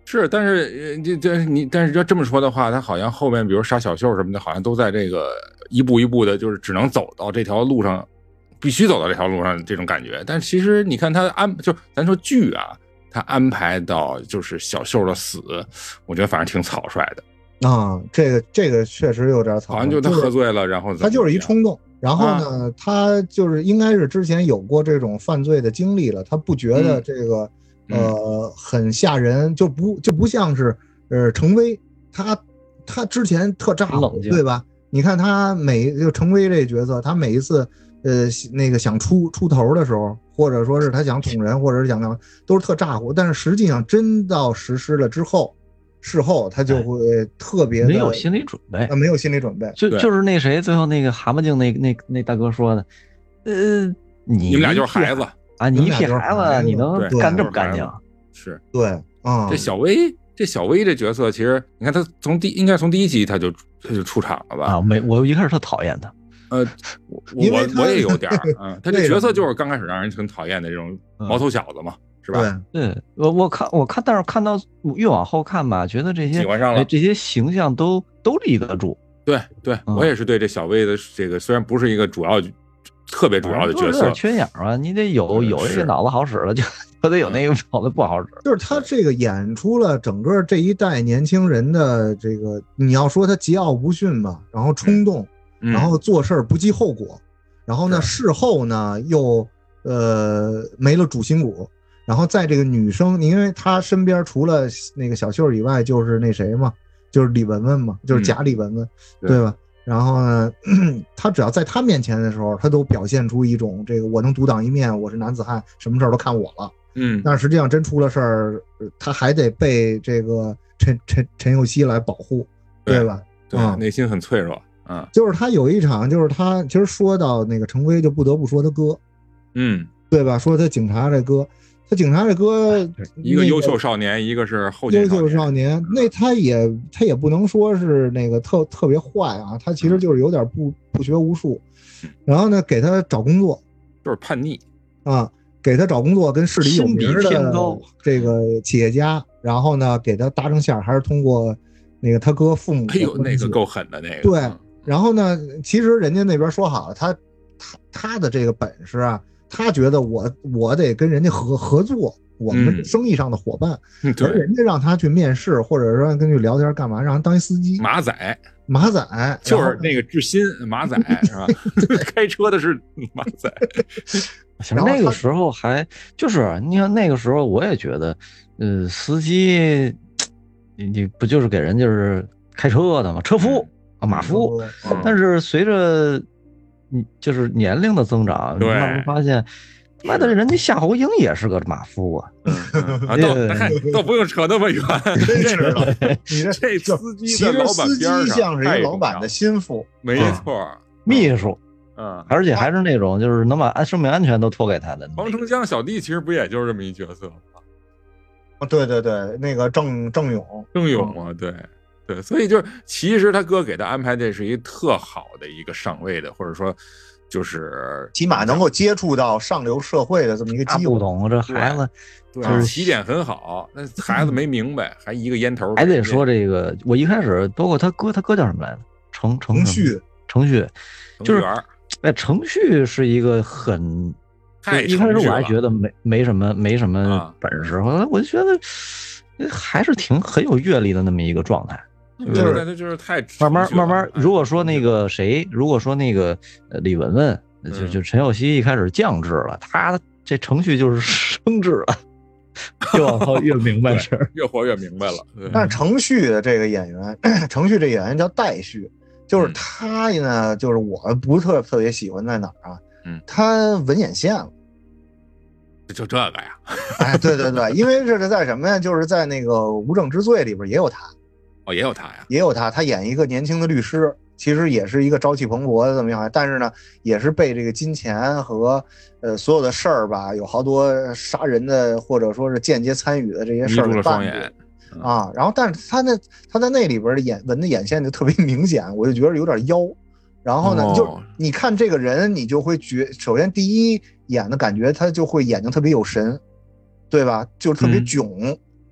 是，但是但是要这么说的话，他好像后面比如杀小秀什么的，好像都在这个一步一步的，就是只能走到这条路上，必须走到这条路上这种感觉。但其实你看他就咱说剧啊，他安排到就是小秀的死，我觉得反正挺草率的啊。这个确实有点草率， 好像就他喝醉了，然后他就是一冲动。然后呢，他就是应该是之前有过这种犯罪的经历了，他不觉得这个。很吓人，就不像是程威，他之前特咋呼，对吧？你看他就程威这角色，他每一次那个想出头的时候，或者说是他想捅人，或者是想干嘛，都是特咋呼。但是实际上真到实施了之后，事后他就会特别没有心理准备， 没有心理准备。 就是那谁最后那个蛤蟆精那大哥说的，你们俩就是孩子。 啊，你一屁孩子，你能干这么干净？ 是对啊， 这小薇这角色，其实你看他应该从第一集他就出场了吧？ 啊，我一开始特讨厌他， 我也有点啊，他这角色就是刚开始让人很讨厌的这种毛头小子嘛，是吧？ 对，我看，但是看到越往后看吧，觉得这些喜欢上了， 这些形象都立得住。 对，我也是对这小薇的这个，虽然不是一个特别主要的角色，有点缺眼啊！你得有这个脑子好使了，就得有那个脑子不好使。 就是他这个演出了整个这一代年轻人的这个，你要说他桀骜不驯吧，然后冲动，然后做事不计后果，然后呢事后呢又没了主心骨，然后在这个女生，因为他身边除了那个小秀以外，就是那谁嘛，就是李雯雯嘛，就是假李雯雯，对吧？然后呢，他只要在他面前的时候，他都表现出一种这个我能独当一面，我是男子汉，什么事儿都看我了。但是实际上真出了事儿，他还得被这个陈佑希来保护，对吧？ 对，内心很脆弱。 就是他有一场，就是他其实说到那个程辉，就不得不说他哥，对吧？说他警察这哥。他警察这哥， 一个优秀少年，一个是后优秀少年，那他也不能说是那个特别坏啊，他其实就是有点不学无术，然后呢给他找工作， 就是叛逆啊，给他找工作跟市里有名的这个企业家，然后呢给他搭上线，还是通过那个他哥父母， 哎呦那个够狠的那个， 对，然后呢其实人家那边说好了，他的这个本事啊。他觉得我得跟人家合作，我们是生意上的伙伴，而人家让他去面试，或者说跟去聊天干嘛，让他当一司机。 马仔就是那个志新马仔是吧？开车的是马仔。 其实那个时候还就是你看那个时候我也觉得，司机你不就是给人就是开车的吗？车夫啊，马夫。但是随着就是年龄的增长，你慢慢发现，妈的，人家夏侯婴也是个马夫啊！ 都不用扯那么远， 真是的。你这司机的老板边上， 像是一个老板的心腹， 没错， 秘书，而且还是那种就是能把生命安全都托给他的。 黄成江小弟其实不也就是这么一角色吗？ 对，那个郑勇啊，对。对，所以就是其实他哥给他安排的是一特好的一个上位的，或者说就是起码能够接触到上流社会的这么一个机会。 不懂这孩子， 就是起点很好，那孩子没明白，还一个烟头。 还得说这个，我一开始包括他哥叫什么来着？程序，就是程序是一个很，一开始我还觉得没什么本事，后来我就觉得还是很有阅历的那么一个状态。 就是太慢慢，如果说那个李雯雯，就陈佑希一开始降智了，他这程序就是升智了，越往后越明白事儿， 越活越明白了。 但是程序的这个演员，程序这演员叫戴旭，就是他呢，就是我不特别喜欢在哪儿啊？他文眼线了。 就这个呀？ 哎，对，因为这是在什么呀？就是在那个《无证之罪》里边也有他。 也有他呀， 也有他演一个年轻的律师，其实也是一个朝气蓬勃的怎么样？但是呢，也是被这个金钱和所有的事儿吧，有好多杀人的或者说是间接参与的这些事儿给绊住啊。然后，但是他在那里边的眼线就特别明显，我就觉得有点妖。然后呢，就你看这个人，你就会首先第一眼的感觉，他就会眼睛特别有神，对吧？就特别囧。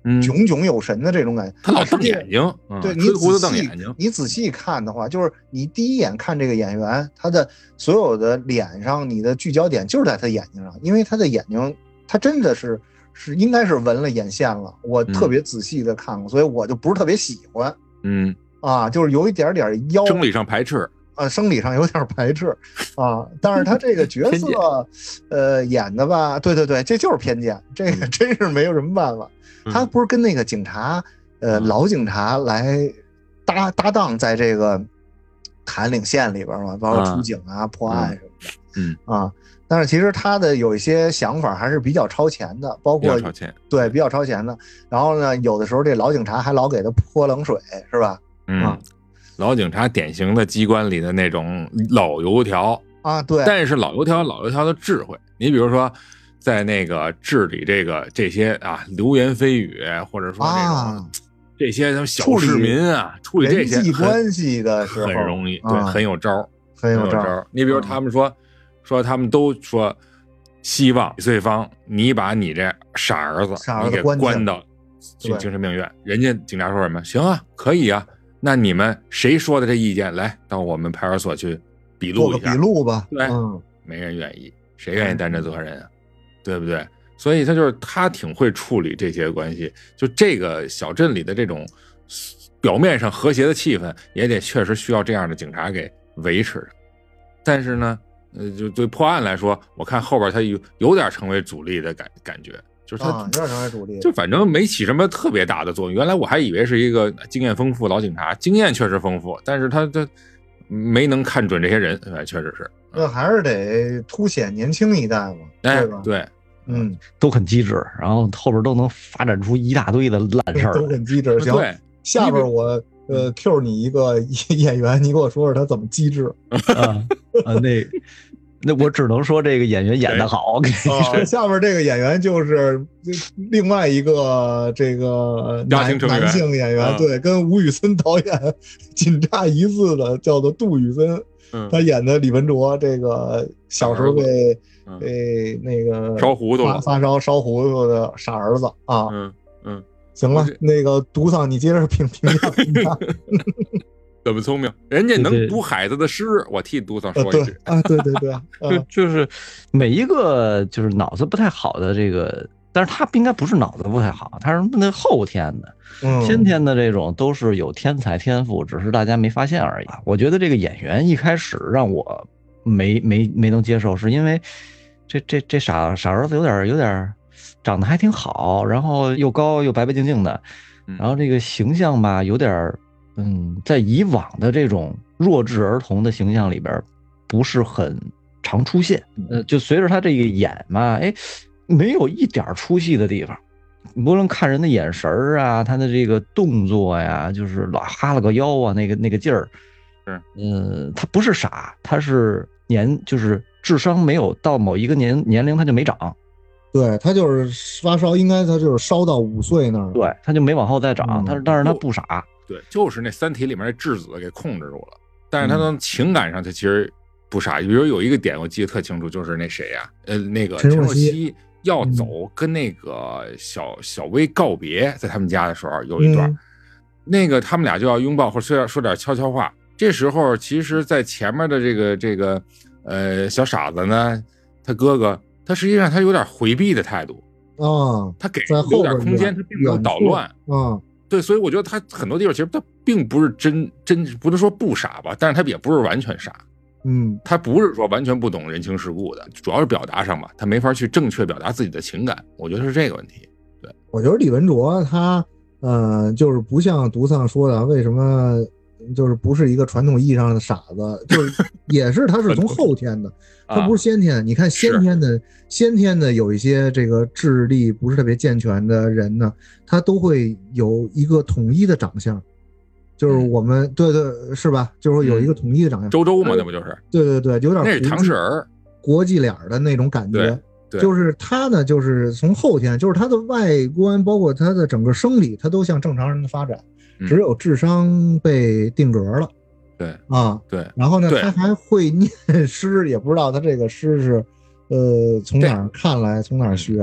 炯炯有神的这种感觉。 他老瞪眼睛， 对， 吹胡子瞪眼睛。 你仔细看的话，就是你第一眼看这个演员，他的所有的脸上，你的聚焦点就是在他眼睛上，因为他的眼睛，他真的是应该是纹了眼线了。我特别仔细的看过，所以我就不是特别喜欢。就是有一点妖， 生理上排斥。 生理上有点排斥啊，但是他这个角色，演的吧，对，这就是偏见，这个真是没有什么办法。他不是跟那个警察，老警察来搭档在这个坎岭县里边嘛，包括出警啊、破案什么的，但是其实他的有一些想法还是比较超前的，包括对比较超前的。然后呢，有的时候这老警察还老给他泼冷水，是吧？ 老警察典型的机关里的那种老油条啊，对。 但是老油条的智慧，你比如说，在那个治理这些啊流言蜚语，或者说这些小市民啊，处理这些人际关系的时候很容易，对，很有招， 很有招。 你比如他们说他们都说希望李穗芳，你把你这傻儿子你给关到精神病院，人家警察说什么？行啊，可以啊。那你们谁说的这意见？来到我们派出所去笔录一下， 笔录吧。 对，没人愿意，谁愿意担这责任啊？对不对？所以他挺会处理这些关系。就这个小镇里的这种表面上和谐的气氛，也得确实需要这样的警察给维持着。但是呢，就对破案来说，我看后边他有点成为主力的感觉。就是他有点成为主力， 就反正没起什么特别大的作用。原来我还以为是一个经验丰富老警察，经验确实丰富，但是他没能看准这些人，确实是。 那还是得凸显年轻一代嘛，对吧？ 对， 都很机智，然后后边都能发展出一大堆的烂事儿， 都很机智。行，下边我Q 你一个演员，你给我说说他怎么机智那我只能说这个演员演得好。 下面这个演员就是另外一个这个男性演员，对，跟吴宇森导演紧差疑似的，叫做杜宇森。他演的李文卓，这个小时候被那个烧糊涂发烧糊涂的傻儿子啊。行了，那个独桑，你接着评价。 怎么聪明？人家能读海子的诗，我替独桑说一句啊！对， 就是每一个就是脑子不太好的这个，但是他应该不是脑子不太好，他是那后天的，先天的这种都是有天才天赋，只是大家没发现而已。我觉得这个演员一开始让我没能接受，是因为这傻儿子有点长得还挺好，然后又高又白白净净的，然后这个形象吧有点。在以往的这种弱智儿童的形象里边，不是很常出现。就随着他这个演嘛，没有一点出戏的地方。无论看人的眼神啊，他的这个动作呀，就是老哈了个腰啊，那个劲儿。他不是傻，他是就是智商没有到某一个年龄他就没长。 对，他就是发烧，应该他就是烧到5岁那儿。 对，他就没往后再长。但是他不傻。 对，就是那三体里面那质子给控制住了，但是他从情感上他其实不傻。比如有一个点我记得特清楚，就是那谁呀，那个陈若曦要走跟那个小薇告别，在他们家的时候有一段，那个他们俩就要拥抱或者说点悄悄话。这时候其实，在前面的这个小傻子呢，他哥哥他实际上他有点回避的态度他给有点空间，他并没有捣乱对，所以我觉得他很多地方其实他并不是真不是说不傻吧，但是他也不是完全傻。他不是说完全不懂人情世故的，主要是表达上吧，他没法去正确表达自己的情感，我觉得是这个问题。对， 我觉得李文卓他就是不像独桑说的，为什么就是不是一个传统意义上的傻子，就是也是他是从后天的，他不是先天的。你看先天的有一些这个智力不是特别健全的人呢，他都会有一个统一的长相，就是我们对是吧？就是有一个统一的长相， 周嘛，那不就是？ 对，有点那是唐氏儿国际脸的那种感觉。 对， 就是他呢，就是从后天，就是他的外观，包括他的整个生理，他都像正常人的发展。只有智商被定格了， 对， 然后呢，他还会念诗，也不知道他这个诗是从哪儿看来，从哪儿学的，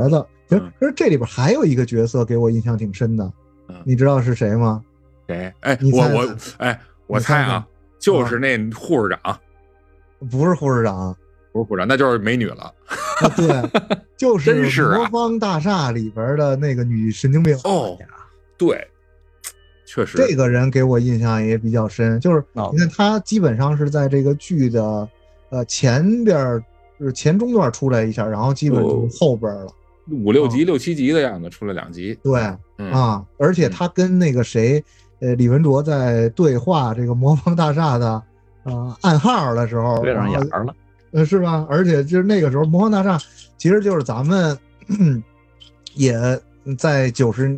其实这里边还有一个角色给我印象挺深的，你知道是谁吗？ 谁？我猜啊，就是那护士长。 不是护士长， 不是护士长，那就是美女了。 对，就是魔方大厦里边的那个女神经病。 哦，对，确实， 这个人给我印象也比较深。就是你看，他基本上是在这个剧的前边，就是前中段出来一下，然后基本就后边了 ，5、6集、6、7集的样子，出了2集。 对，而且他跟那个谁，李文卓在对话这个魔方大厦的暗号的时候， 对上眼了， 是吧？而且就是那个时候，魔方大厦其实就是咱们也在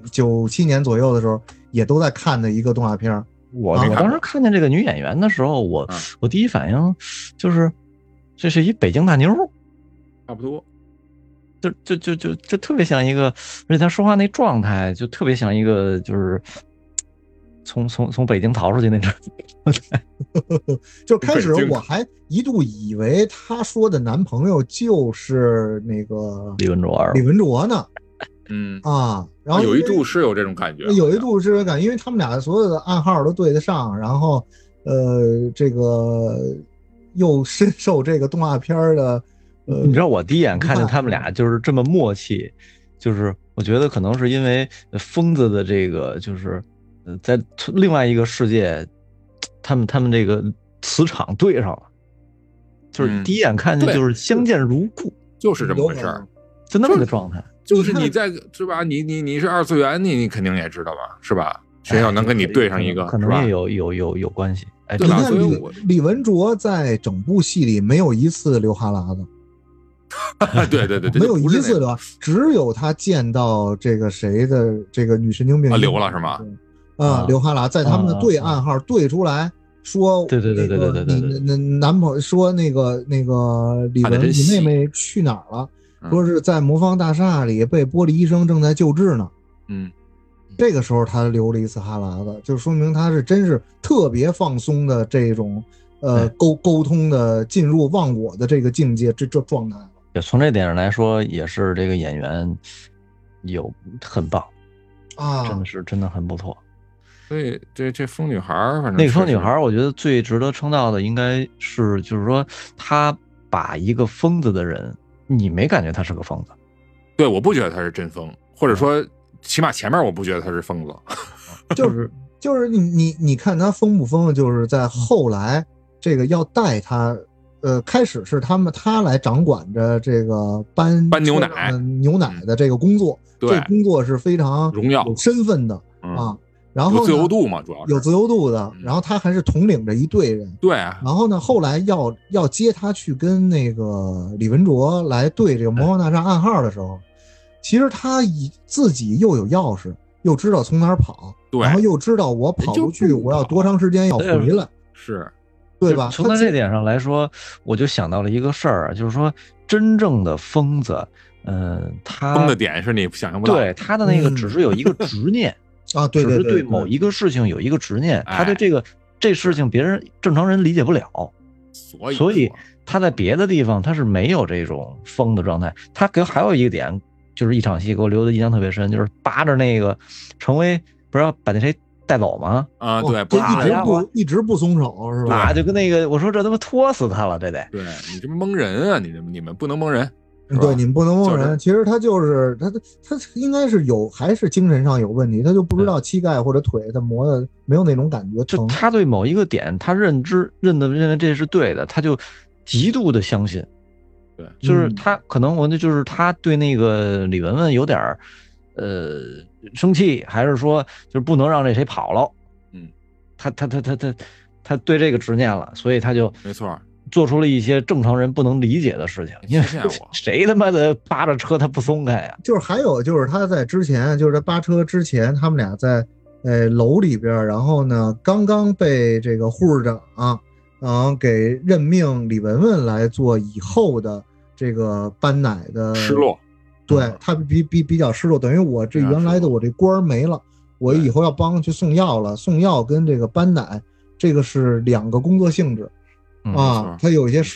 97年左右的时候，也都在看的一个动画片。 我当时看见这个女演员的时候，我第一反应就是这是一北京大妞， 差不多， 就特别像一个，而且她说话那状态就特别像一个就是从北京逃出去那种。 就开始我还一度以为她说的男朋友就是那个李文卓呢。然后有一度是有这种感觉， 有一度是有感觉，因为他们俩所有的暗号都对得上，然后这个又深受这个动画片的你知道我第一眼看见他们俩就是这么默契，就是我觉得可能是因为疯子的这个就是在另外一个世界，他们这个磁场对上了，就是第一眼看见就是相见如故， 就是这么回事儿， 就那么个状态。 就是你在是吧？你是2次元，你肯定也知道吧？是吧？谁要能跟你对上一个， 可能也有关系。 对吧？所以李文卓在整部戏里没有一次流哈喇子。 对， 没有一次流，只有他见到这个谁的这个女神经病流了是吗？ 流哈喇，在他们的对暗号对出来说， 对， 你男朋友说那个李文，你妹妹去哪儿了？说是在魔方大厦里被玻璃医生正在救治呢。这个时候他流了一次哈喇子，就说明他是真是特别放松的这种沟通的进入忘我的这个境界，这状态。 从这点上来说，也是这个演员很棒真的很不错。 所以这疯女孩，反正那个疯女孩，我觉得最值得称道的应该是，就是说她把一个疯子的人。你没感觉他是个疯子？ 对，我不觉得他是真疯，或者说起码前面我不觉得他是疯子。 就是你看他疯不疯，就是在后来这个要带他，开始是他来掌管着这个搬牛奶的这个工作， 对， 这工作是非常荣耀、 有身份的然后有自由度嘛，主要是有自由度的。然后他还是统领着一队人， 对。 然后呢，后来要接他去跟那个李文卓来对这个魔方大厦暗号的时候，其实他自己又有钥匙，又知道从哪儿跑， 对， 然后又知道我跑出去，我要多长时间要回来， 是， 对吧？ 从他这点上来说，我就想到了一个事儿，就是说真正的疯子，他疯的点是你想象不到， 对他的那个只是有一个执念。 对， 只是对某一个事情有一个执念，他对这事情别人正常人理解不了，所以他在别的地方他是没有这种疯的状态。他还有一个点，就是一场戏给我留的印象特别深，就是扒着那个程威不是要把那谁带走吗？ 对， 一直不松手是吧？ 就跟那个我说这他妈拖死他了，这得。 对，你这蒙人啊，你们不能蒙人。 对，你们不能蒙人。其实他就是他应该是还是精神上有问题，他就不知道膝盖或者腿他磨的没有那种感觉疼。 就他对某一个点，他认为这是对的，他就极度的相信。 对， 就是他可能就是他对那个李文文有点生气，还是说就是不能让这谁跑了。他对这个执念了，所以他就没错。 做出了一些正常人不能理解的事情，因为谁他妈的扒着车他不松开呀？ 就是还有就是他在之前，就是扒车之前，他们俩在楼里边，然后呢刚刚被这个护士长给任命李文文来做以后的这个搬奶的失落， 对他比较失落，等于我这原来的我这官没了，我以后要帮去送药了，送药跟这个搬奶这个是2个工作性质。他有一些失落，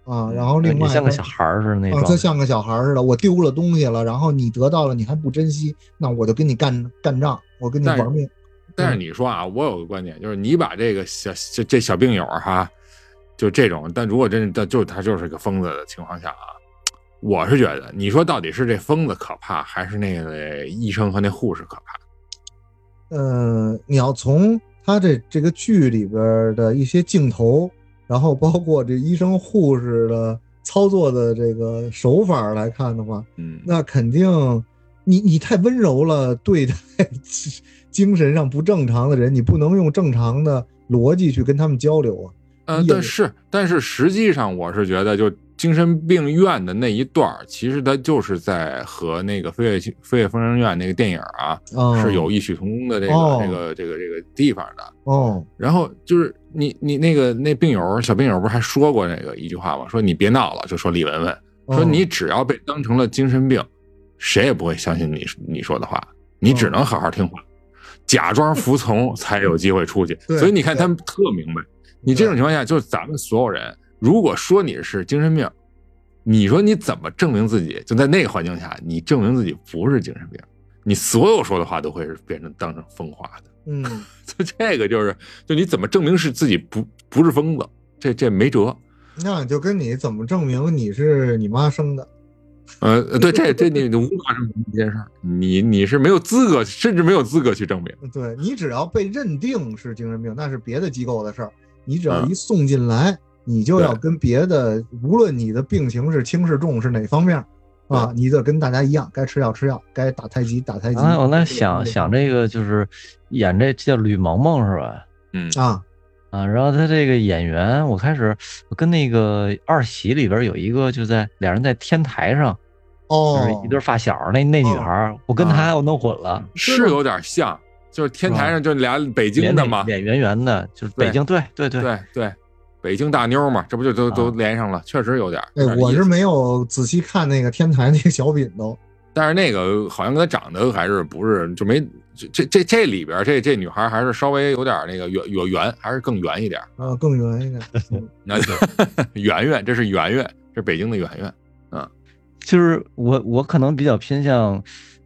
啊，然后另外像个小孩似的那种， 他像个小孩似的，我丢了东西了，然后你得到了，你还不珍惜，那我就跟你干仗，我跟你玩命。 但是你说啊，我有个观点，就是你把这个小病友哈，就这种，但如果真的就他就是个疯子的情况下啊，我是觉得，你说到底是这疯子可怕，还是那个医生和那护士可怕？ 你要从他这个剧里边的一些镜头，然后包括这医生护士的操作的这个手法来看的话，那肯定你太温柔了，对待精神上不正常的人，你不能用正常的逻辑去跟他们交流啊。 但是实际上我是觉得，就精神病院的那一段，其实它就是在和那个飞越疯人院那个电影啊，是有异曲同工的这个地方的。然后就是你那病友小病友不是还说过那个一句话吗？说你别闹了，就说李文文说你只要被当成了精神病，谁也不会相信你说的话，你只能好好听话，假装服从才有机会出去。所以你看他们特明白。你这种情况下，就是咱们所有人，如果说你是精神病，你说你怎么证明自己？就在那个环境下，你证明自己不是精神病，你所有说的话都会是变成当成疯话的。就这个就你怎么证明是自己不是疯子？这没辙。 那就跟你怎么证明你是你妈生的？ 对，这你无法证明一件事儿，你是没有资格，甚至没有资格去证明。 对，你只要被认定是精神病，那是别的机构的事儿。你只要一送进来，你就要跟别的，无论你的病情是轻是重是哪方面啊，你得跟大家一样，该吃药吃药，该打太极打太极。 我那想这个就是演这叫吕萌萌是吧？然后他这个演员，我跟那个二喜里边有一个，就在俩人在天台上，就是一对发小，那女孩，我跟他我弄混了， 是有点像。就是天台上就俩北京的嘛， 脸圆圆的，就是北京，对， 北京大妞嘛，这不就都连上了，确实有点。 我是没有仔细看那个天台那个小品都， 但是那个好像跟他长得还是不是就没这里边这女孩还是稍微有点那个圆，还是更圆一点更圆一点。 那圆圆，这是圆圆，这是北京的圆圆。 就是我可能比较偏向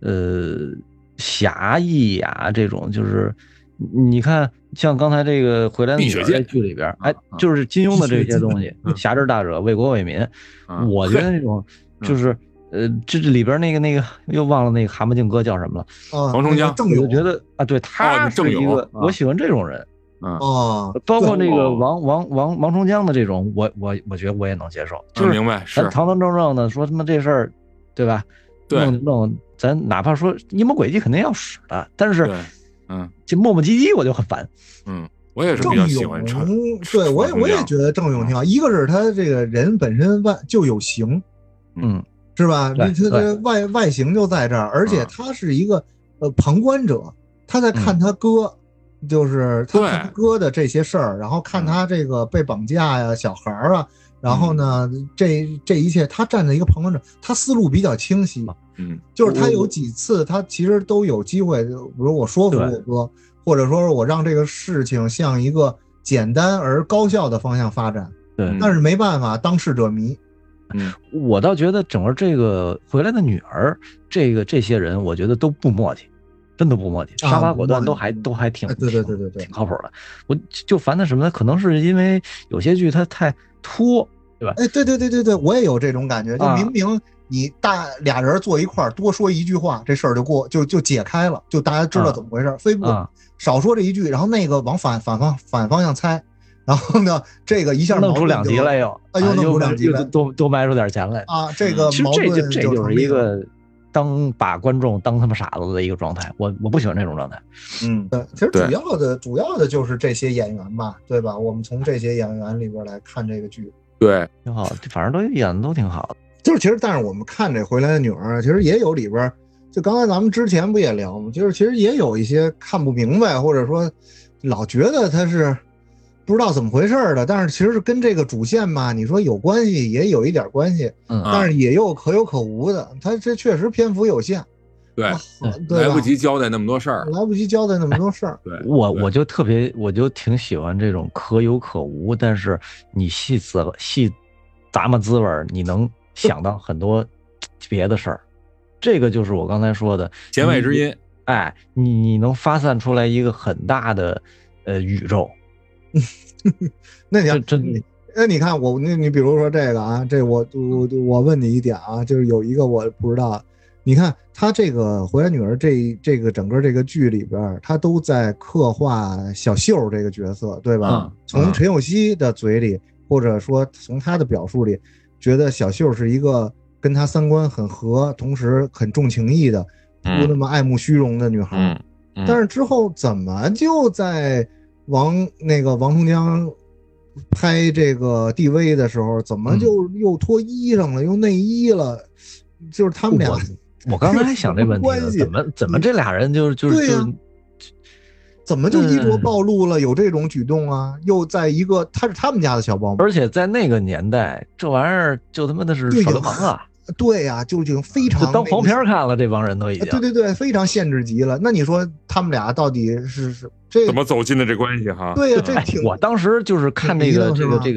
侠义呀，这种就是你看，像刚才这个回来的女儿这剧里边，就是金庸的这些东西，侠之大者，为国为民。我觉得那种就是这里边那个又忘了那个蛤蟆镜哥叫什么了， 王重江。 我觉得对，他是一个我喜欢这种人。包括那个王重江的这种，我觉得我也能接受。就是明白，是堂堂正正的说他妈这事儿，对吧？弄咱哪怕说阴谋诡计肯定要使的，但是就磨磨唧唧我就很烦。 我也是比较喜欢陈。 对，我也觉得郑勇挺好。一个是他这个人本身就有型，是吧？他的外形就在这儿，而且他是一个旁观者，他在看他哥，就是他看他哥的这些事儿，然后看他这个被绑架呀、小孩啊，然后呢，这一切他站在一个旁观者，他思路比较清晰。就是他有几次他其实都有机会，比如我说服我哥，或者说我让这个事情向一个简单而高效的方向发展。 对， 但是没办法，当事者迷。 我倒觉得整个这个回来的女儿，这些人，我觉得都不默契，真的不默契，杀伐果断，都还挺对， 挺靠谱的。我就烦他什么呢？可能是因为有些剧它太拖，对吧？ 对，我也有这种感觉，就明明你俩人坐一块儿，多说一句话，这事儿就解开了，就大家知道怎么回事，非不少说这一句，然后那个往反方向猜，然后呢，这个一下弄出2集来又弄出2集来， 多卖出点钱来啊！这个矛盾这就是一个把观众当他妈傻子的一个状态，我不喜欢这种状态。 对，其实主要的就是这些演员吧，对吧？我们从这些演员里边来看这个剧， 对， 挺好，反正都演的都挺好的。 就是其实，但是我们看这回来的女儿，其实也有里边，就刚才咱们之前不也聊吗？就是其实也有一些看不明白，或者说老觉得他是不知道怎么回事的，但是其实是跟这个主线吧，你说有关系也有一点关系，但是也有可有可无的。他这确实篇幅有限， 对，来不及交代那么多事儿， 对， 我就挺喜欢这种可有可无，但是你细咂摸滋味，你能想到很多别的事儿。这个就是我刚才说的弦外之音。 哎，你能发散出来一个很大的宇宙。 那你要真。 那你看你比如说这个啊，这我问你一点啊，就是有一个我不知道，你看他这个《回来女儿》这个整个这个剧里边，他都在刻画小秀这个角色，对吧？从陈幼希的嘴里，或者说从他的表述里，觉得小秀是一个跟他三观很合，同时很重情义的，不那么爱慕虚荣的女孩。但是之后怎么就在王冲江拍这个 DV 的时候，怎么就又脱衣裳了，又内衣了？就是他们俩， 我刚才还想这问题呢，怎么这俩人就是怎么就衣着暴露了？有这种举动啊？又在一个他是他们家的小保姆， 而且在那个年代，这玩意儿就他妈的是耍流氓啊！ 对呀，就已经非常就当黄片看了，这帮人都已经对，非常限制级了。那你说他们俩到底是这怎么走进的这关系哈？ 对呀，这挺。 我当时就是看这个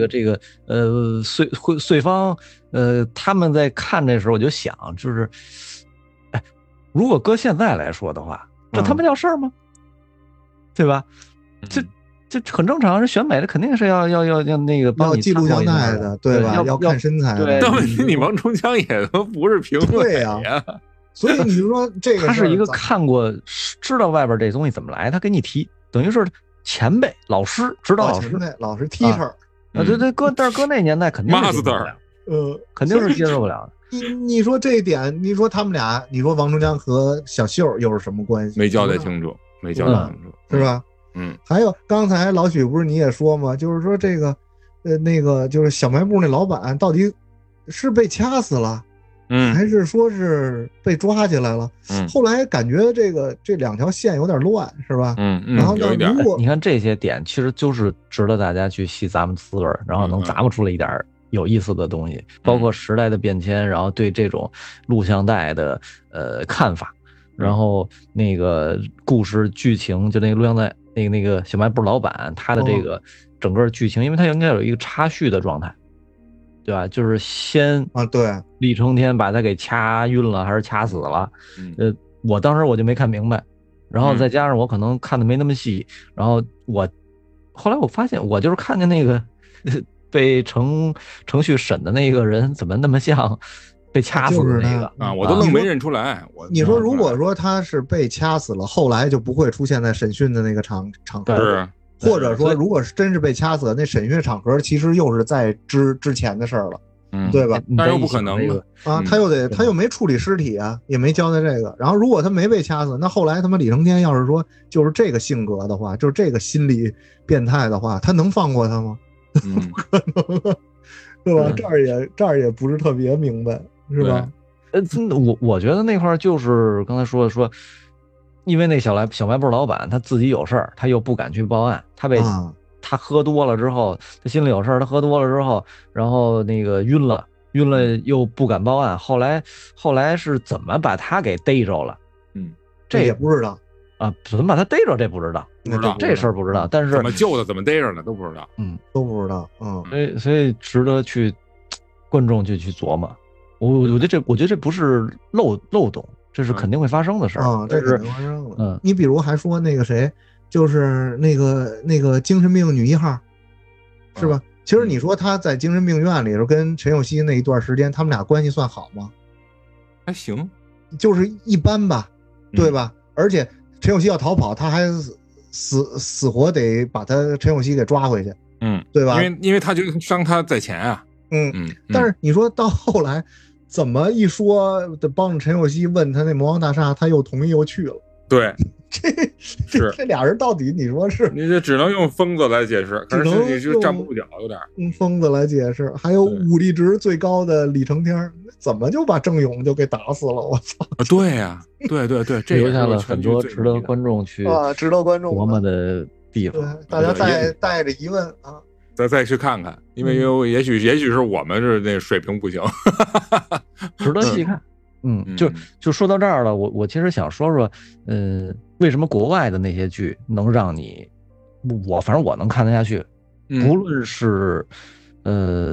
穗芳他们在看这时候，我就想，就是如果搁现在来说的话，这他妈叫事儿吗？对吧？这很正常，选美的肯定是要那个帮你记录香奈的，对吧？要看身材的。 但问题你王冲江也都不是评委呀， 所以你就说这个他是一个看过知道外边这东西怎么来，他给你提，等于是前辈老师指导老师 teacher 啊，对，但是搁那年代肯定是接受不了，肯定是接受不了的。 你说这一点，你说他们俩，你说王冲江和小秀又是什么关系？ 没交代清楚， 是吧？还有刚才老许不是你也说吗？就是说这个，那个就是小卖部那老板到底是被掐死了，还是说是被抓起来了？后来感觉这两条线有点乱，是吧？然后呢，如果你看这些点，其实就是值得大家去细咂摸滋味，然后能咂摸出来一点有意思的东西，包括时代的变迁，然后对这种录像带的看法，然后那个故事剧情，就那个录像带。那个小卖部老板他的这个整个剧情，因为他应该有一个插叙的状态，对吧？就是先对李承天把他给掐晕了还是掐死了，我当时我就没看明白，然后再加上我可能看的没那么细，然后后来我发现我就是看见那个被程序审的那个人怎么那么像被掐死的那个我都愣没认出来。 你说如果说他是被掐死了，后来就不会出现在审讯的那个场合，或者说如果是真是被掐死了，那审讯场合其实又是在之前的事儿了，对吧？ 但又不可能他又没处理尸体啊，也没交代这个。然后如果他没被掐死，那后来他妈李承天要是说就是这个性格的话，就是这个心理变态的话，他能放过他吗？不可能，对吧？这儿也不是特别明白。是吧？ 我觉得那块就是刚才说，因为那小卖部老板他自己有事儿，他又不敢去报案，他喝多了之后，他心里有事儿，他喝多了之后，然后那个晕了又不敢报案，后来是怎么把他给逮着了？ 这也不知道啊，怎么把他逮着这不知道，这事儿不知道，但是怎么救的，怎么逮着的都不知道， 都不知道， 所以值得去观众就去琢磨。我觉得这不是漏洞，这是肯定会发生的事儿这肯定发生的。你比如还说那个谁，就是那个精神病女1号，是吧？其实你说他在精神病院里头跟陈幼希那一段时间，他们俩关系算好吗？ 还行， 就是一般吧，对吧？而且陈幼希要逃跑，他还死活得把陈幼希给抓回去，对吧？ 因为他就伤他在前啊， 但是你说到后来。怎么一说的帮着陈幼希问他那魔王大厦，他又同意又去了。 对， 这俩人到底你说是？ 你这只能用疯子来解释，可是你就站不住脚，有点用疯子来解释。还有武力值最高的李承天，怎么就把郑勇就给打死了？我操！ 对呀，对，这留下了很多值得观众去琢磨的地方。 大家带着疑问啊。 再去看看，因为也许是我们是那水平不行， 值得细看。就说到这儿了，我其实想说，为什么国外的那些剧能让反正我能看得下去，不论是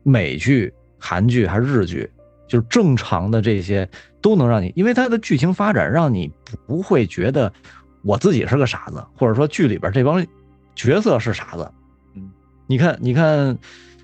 美剧、韩剧还是日剧，就是正常的这些都能让你，因为它的剧情发展让你不会觉得我自己是个傻子，或者说剧里边这帮角色是傻子。你看，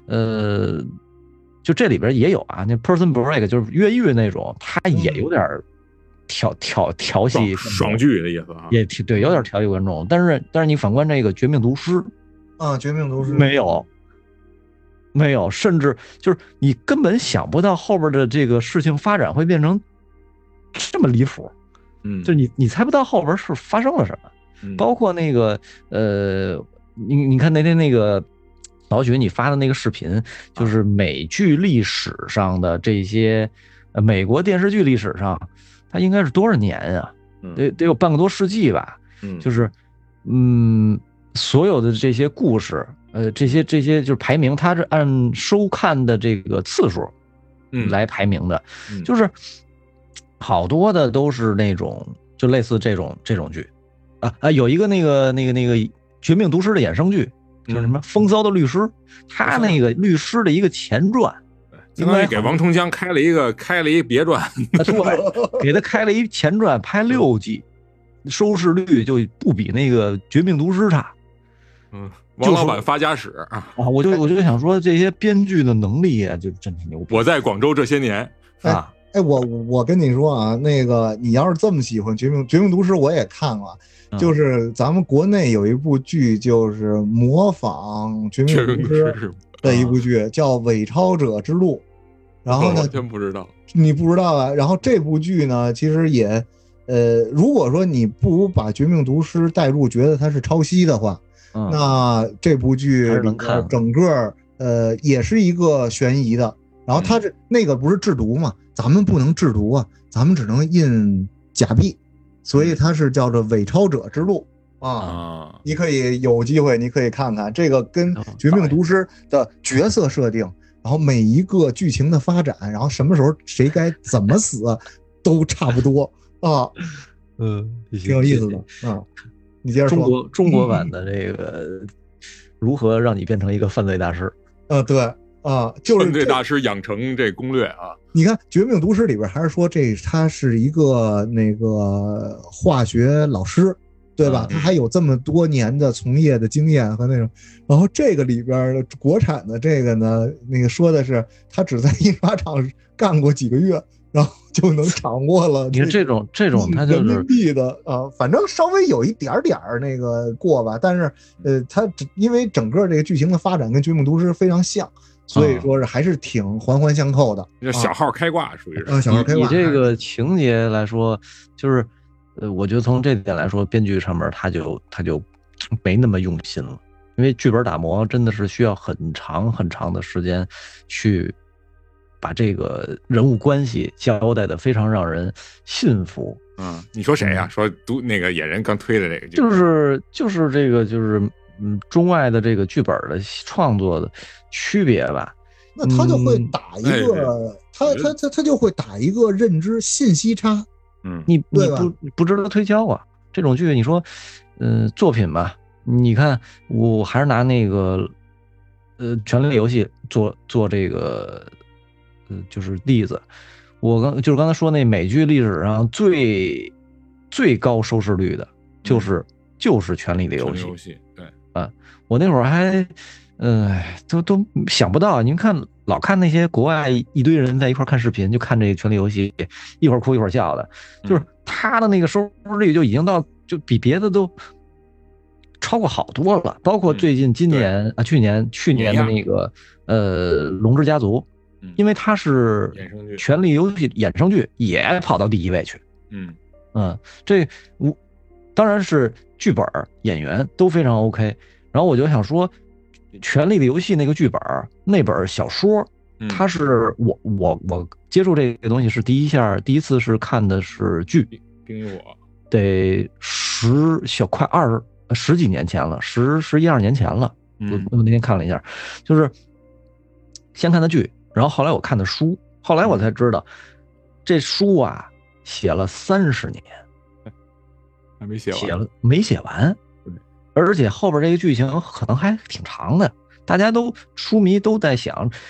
就这里边也有啊，那 Prison Break 就是越狱那种，它也有点调戏爽剧的意思啊， 也对，有点调戏观众。但是你反观这个《绝命毒师》 啊，《绝命毒师》没有，甚至就是你根本想不到后边的这个事情发展会变成这么离谱。就你猜不到后边是发生了什么。包括那个你看那天那个老许你发的那个视频，就是美剧历史上的这些美国电视剧历史上，它应该是多少年啊？得有半个多世纪吧。就是所有的这些故事，这些就是排名，它是按收看的这个次数来排名的。就是好多的都是那种就类似这种剧啊，有一个那个绝命毒师的衍生剧，就是什么风骚的律师，他那个律师的一个前传， 相当于给王冲江开了一别传， 对，给他开了一前传，拍6季，收视率就不比那个绝命毒师差。 王老板发家史啊！ 我就想说，这些编剧的能力啊，就真挺牛逼。 我在广州这些年啊，我跟你说啊，那个你要是这么喜欢绝命毒师，我也看了。就是咱们国内有一部剧，就是模仿绝命毒师的一部剧，叫《伪超者之路》。然后呢， 我真不知道， 你不知道啊？然后这部剧呢，其实也，如果说你不把绝命毒师带入，觉得它是抄袭的话，那这部剧整个也是一个悬疑的。然后它那个不是制毒嘛，咱们不能制毒啊，咱们只能印假币。所以它是叫做伪超者之路啊，你可以有机会，你可以看看这个跟绝命毒师的角色设定，然后每一个剧情的发展，然后什么时候谁该怎么死，都差不多啊。挺有意思的啊。你接着说， 中国版的这个如何让你变成一个犯罪大师？ 对啊，就是犯罪大师养成这攻略啊。 你看《绝命毒师》里边还是说他是一个那个化学老师，对吧？他还有这么多年的从业的经验和那种。然后这个里边的国产的这个呢，那个说的是他只在印刷厂干过几个月，然后就能掌握了。 你看这种他就是人民币的反正稍微有一点那个过吧，但是他因为整个这个剧情的发展跟《绝命毒师》非常像。所以说是还是挺环环相扣的， 这小号开挂属于是。 小号开挂。 以这个情节来说，就是我觉得从这点来说，编剧上面他就没那么用心了，因为剧本打磨真的是需要很长很长的时间去把这个人物关系交代的非常让人信服。 你说谁呀？说那个野人刚推的这个， 就是这个就是中外的这个剧本的创作的区别吧。 那他就会打一个，他就会打一个认知信息差。 你不值得推销啊。这种剧你说，作品吧，你看我还是拿那个权力游戏做这个就是例子。我刚才说那美剧历史上最高收视率的就是权力的游戏。 对我那会儿还都想不到。您看老看那些国外一堆人在一块看视频，就看这个权力游戏，一会儿哭一会儿笑的，就是他的那个收视率就已经到就比别的都超过好多了。包括最近去年的那个龙之家族，因为他是权力游戏衍生剧，也跑到第1位去。这当然是剧本演员都非常 OK。然后我就想说，权力的游戏那个剧本那本小说，它是我接触这个东西是第一次是看的是剧， 冰与火， 得快十几年前了，11-12年前了。我那天看了一下，就是先看的剧，然后后来我看的书，后来我才知道这书啊写了30年， 还没写完， 没写完。而且后边这个剧情可能还挺长的，大家书迷都在想，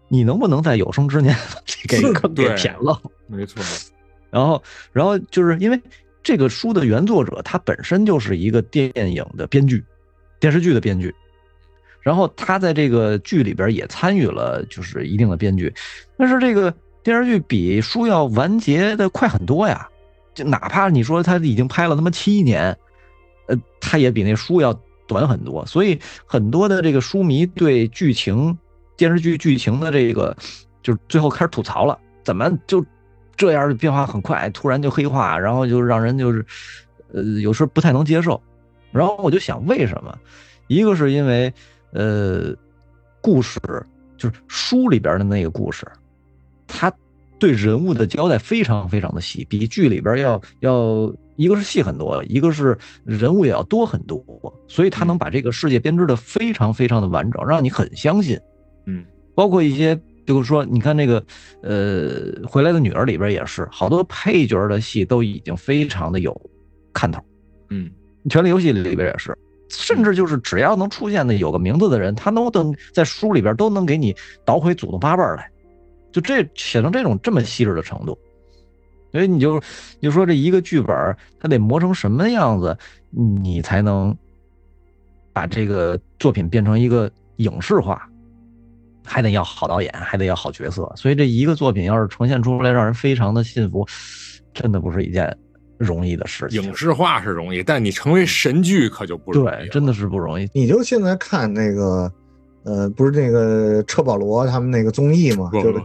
你能不能在有生之年给坑给填了？ 没错。 然后就是因为这个书的原作者他本身就是一个电影的编剧，电视剧的编剧，然后他在这个剧里边也参与了就是一定的编剧，但是这个电视剧比书要完结的快很多呀，就哪怕你说他已经拍了他妈7年，他也比那书要短很多，所以很多的这个书迷对剧情电视剧剧情的这个就是最后开始吐槽了，怎么就这样变化很快，突然就黑化，然后就让人就是有时候不太能接受。然后我就想为什么？一个是因为故事就是书里边的那个故事，它对人物的交代非常非常的细，比剧里边要一个是细很多，一个是人物也要多很多，所以他能把这个世界编织的非常非常的完整，让你很相信。包括一些比如说你看那个回来的女儿里边也是好多配角的戏都已经非常的有看头。权力游戏里边也是，甚至就是只要能出现的有个名字的人，他都能在书里边都能给你倒回祖宗八辈来，就这写成这么细致的程度。所以你就说这一个剧本它得磨成什么样子，你才能把这个作品变成一个影视化，还得要好导演，还得要好角色。所以这一个作品要是呈现出来让人非常的信服，真的不是一件容易的事情。 影视化是容易，但你成为神剧可就不容易。 对，真的是不容易。 你就现在看那个不是那个车保罗他们那个综艺嘛，就是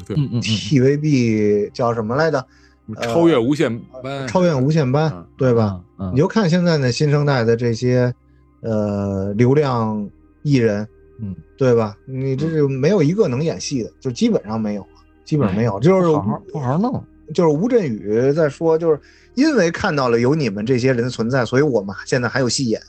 TVB 叫什么来着？ 超越无限班， 超越无限班，对吧？你就看现在的新生代的这些流量艺人，对吧？你这就没有一个能演戏的，就基本上没有，就是不好弄。 就是吴镇宇在说，就是因为看到了有你们这些人的存在，所以我们现在还有戏演。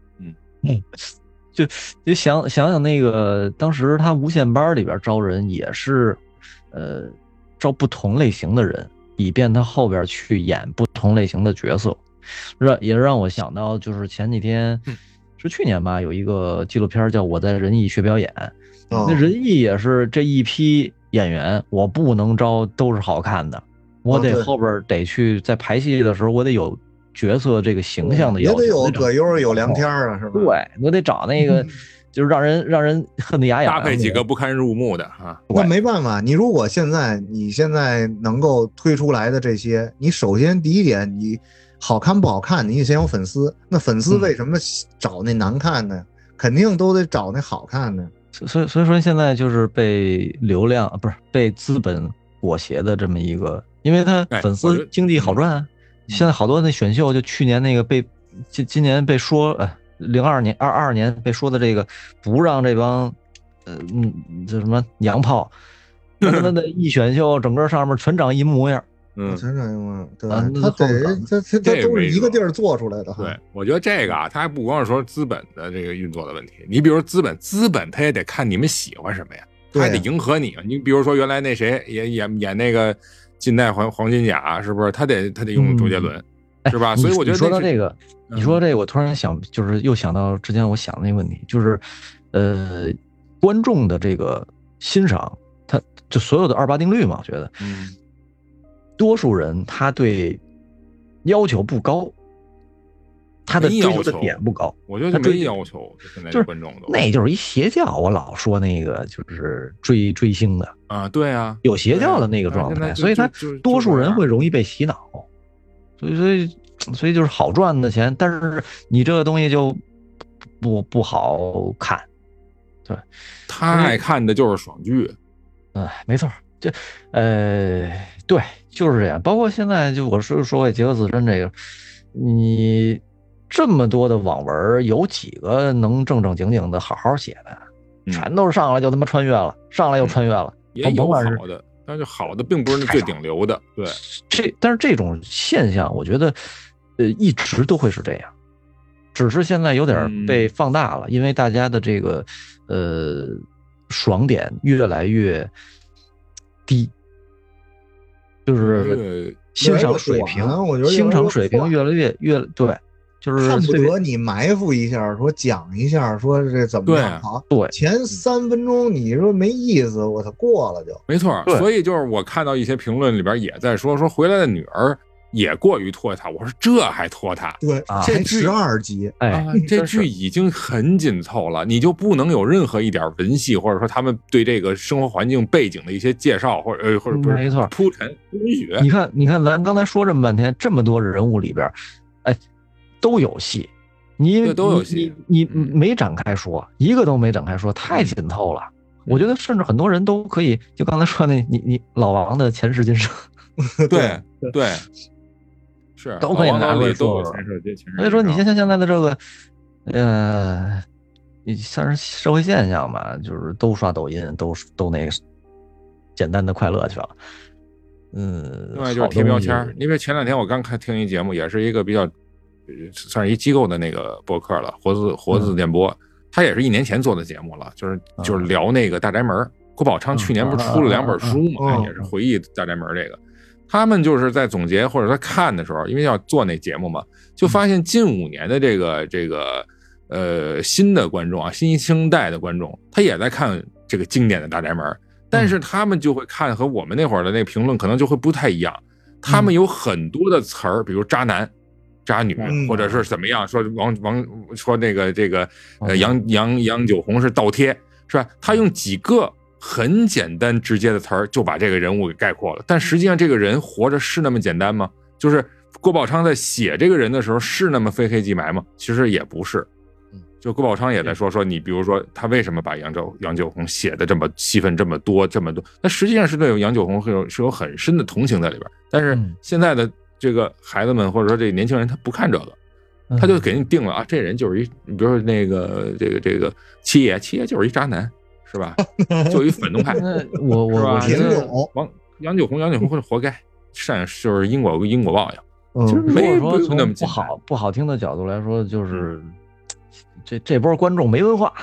就想那个当时他无限班里边招人也是招不同类型的人，以便他后边去演不同类型的角色。也让我想到就是前几天是去年吧，有一个纪录片叫《我在仁义学表演》，那仁义也是这一批演员，我不能招都是好看的，我得后边得去在排戏的时候我得有角色这个形象的要求， 也得有葛优有梁天啊，是吧？ 对，我得找那个就是让人恨得牙痒， 搭配几个不堪入目的啊。 那没办法，你如果你现在能够推出来的这些，你首先第一点，你好看不好看，你先有粉丝。那粉丝为什么找那难看的？肯定都得找那好看的。 所以说现在就是被流量不是被资本裹挟的这么一个，因为他粉丝经济好赚啊。现在好多那选秀，就去年那个今年被说02年22年被说的这个不让这帮这什么娘炮，他们的一选秀整个上面全长一模样。 全长一模样，对，他都是一个地儿做出来的。 对，我觉得这个啊，他还不光是说资本的这个运作的问题，你比如说资本他也得看你们喜欢什么呀，他还得迎合你。你比如说原来那谁也演那个近代黄金甲，是不是？他得用周杰伦，是吧？所以我觉得说到这个，你说这个，我突然想，就是又想到之前我想的那个问题，就是观众的这个欣赏，他就所有的28定律嘛，我觉得，多数人他对要求不高，他的追求的点不高， 我觉得没要求，现在观众都那就是一邪教。我老说那个就是追星的啊，对啊， 有邪教的那个状态，所以他多数人会容易被洗脑，所以就是好赚的钱，但是你这个东西就不好看。对， 他爱看的就是爽剧， 没错，对，就是这样。包括现在就我说回杰克斯森这个，你这么多的网文，有几个能正正经经的好好写的？全都是上来就他妈穿越了，上来又穿越了。 也有好的，但是好的并不是最顶流的。对， 但是这种现象，我觉得一直都会是这样，只是现在有点被放大了，因为大家的这个爽点越来越低。就是欣赏水平， 我觉得欣赏水平越来越对， 就是恨不得你埋伏一下，说讲一下，说这怎么样好？ 对， 前3分钟你说没意思，我操，过了就没错。所以就是我看到一些评论里边也在说回来的女儿也过于拖沓。我说这还拖沓？ 对， 这剧 12集， 这剧已经很紧凑了，你就不能有任何一点文戏，或者说他们对这个生活环境背景的一些介绍，或者不是没错铺陈不允许。 你看，咱刚才说这么半天，这么多人物里边，都有戏， 都有戏， 你没展开说，一个都没展开说，太紧凑了。我觉得甚至很多人都可以，就刚才说那你老王的前世今生， 对，是都可以拿出来说。所以说，你像现在的这个，你算是社会现象吧，就是都刷抖音，都那个简单的快乐去了。 另外就是贴标签，因为前2天我刚听一节目，也是一个比较算是一机构的那个播客了，活字电波，他也是1年前做的节目了，就是聊那个大宅门。郭宝昌去年不是出了2本书嘛，也是回忆大宅门这个。他们就是在总结或者在看的时候，因为要做那节目嘛，就发现近5年的这个新的观众啊，新一生代的观众，他也在看这个经典的大宅门，但是他们就会看和我们那会儿的那个评论可能就会不太一样。他们有很多的词儿，比如渣男、渣女，或者是怎么样，说说这个杨九红是倒贴，是吧？他用几个很简单直接的词儿就把这个人物给概括了，但实际上这个人活着是那么简单吗？就是郭宝昌在写这个人的时候是那么非黑即白吗？其实也不是。就郭宝昌也在说你比如说他为什么把杨九红写的这么戏份这么多，那实际上是对杨九红是有很深的同情在里边。但是现在的这个孩子们或者说这年轻人他不看这个，他就给你定了啊，这人就是你比如说那个这个七爷就是一渣男，是吧？就一反动派。 我田勇杨九红或者活该，善就是因果报应。 就是没说那么从不好听的角度来说，就是这波观众没文化。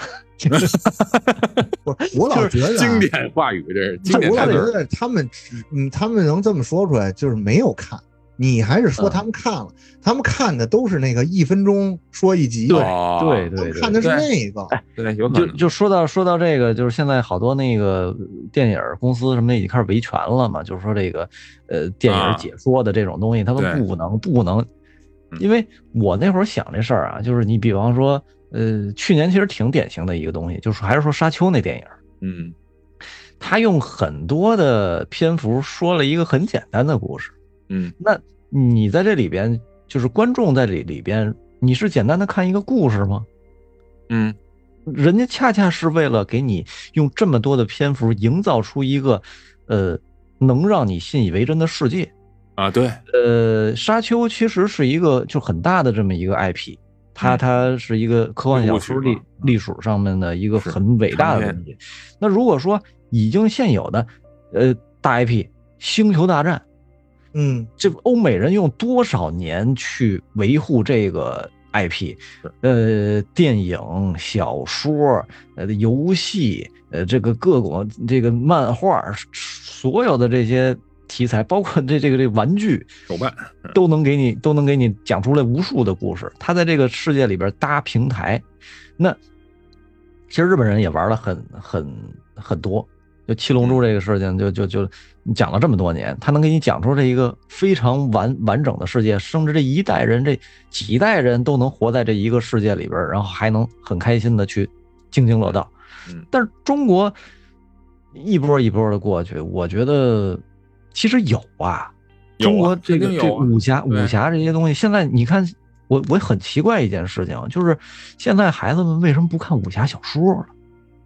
我老觉得经典话语，这是经典台词。 我老觉得他们能这么说出来，就是没有看。你还是说他们看了？他们看的都是那个1分钟说一集， 对， 看的是那个。 对，有可能。 就说到这个，就是现在好多那个电影公司什么的已经开始维权了嘛，就是说这个电影解说的这种东西，他们不能。因为我那会儿想这事儿啊，就是你比方说，去年其实挺典型的一个东西，就是还是说沙丘那电影，他用很多的篇幅说了一个很简单的故事。那你在这里边，就是观众在这里边，你是简单的看一个故事吗？人家恰恰是为了给你用这么多的篇幅营造出一个能让你信以为真的世界啊。对， 沙丘其实是一个就很大的这么一个 IP，它是一个科幻小说历史上面的一个很伟大的东西。那如果说已经现有的大 IP 星球大战，这欧美人用多少年去维护这个 IP， 电影、小说、游戏，这个各种这个漫画，所有的这些题材，包括这个玩具手办， 都能给你讲出来无数的故事。他在这个世界里边搭平台，那其实日本人也玩了很多。就七龙珠这个事情就讲了这么多年，他能给你讲出这一个非常完整的世界，甚至这一代人这几代人都能活在这一个世界里边，然后还能很开心的去津津乐道。但是中国一波一波的过去，我觉得其实有啊，中国这武侠这些东西，现在你看我很奇怪一件事情，就是现在孩子们为什么不看武侠小说了？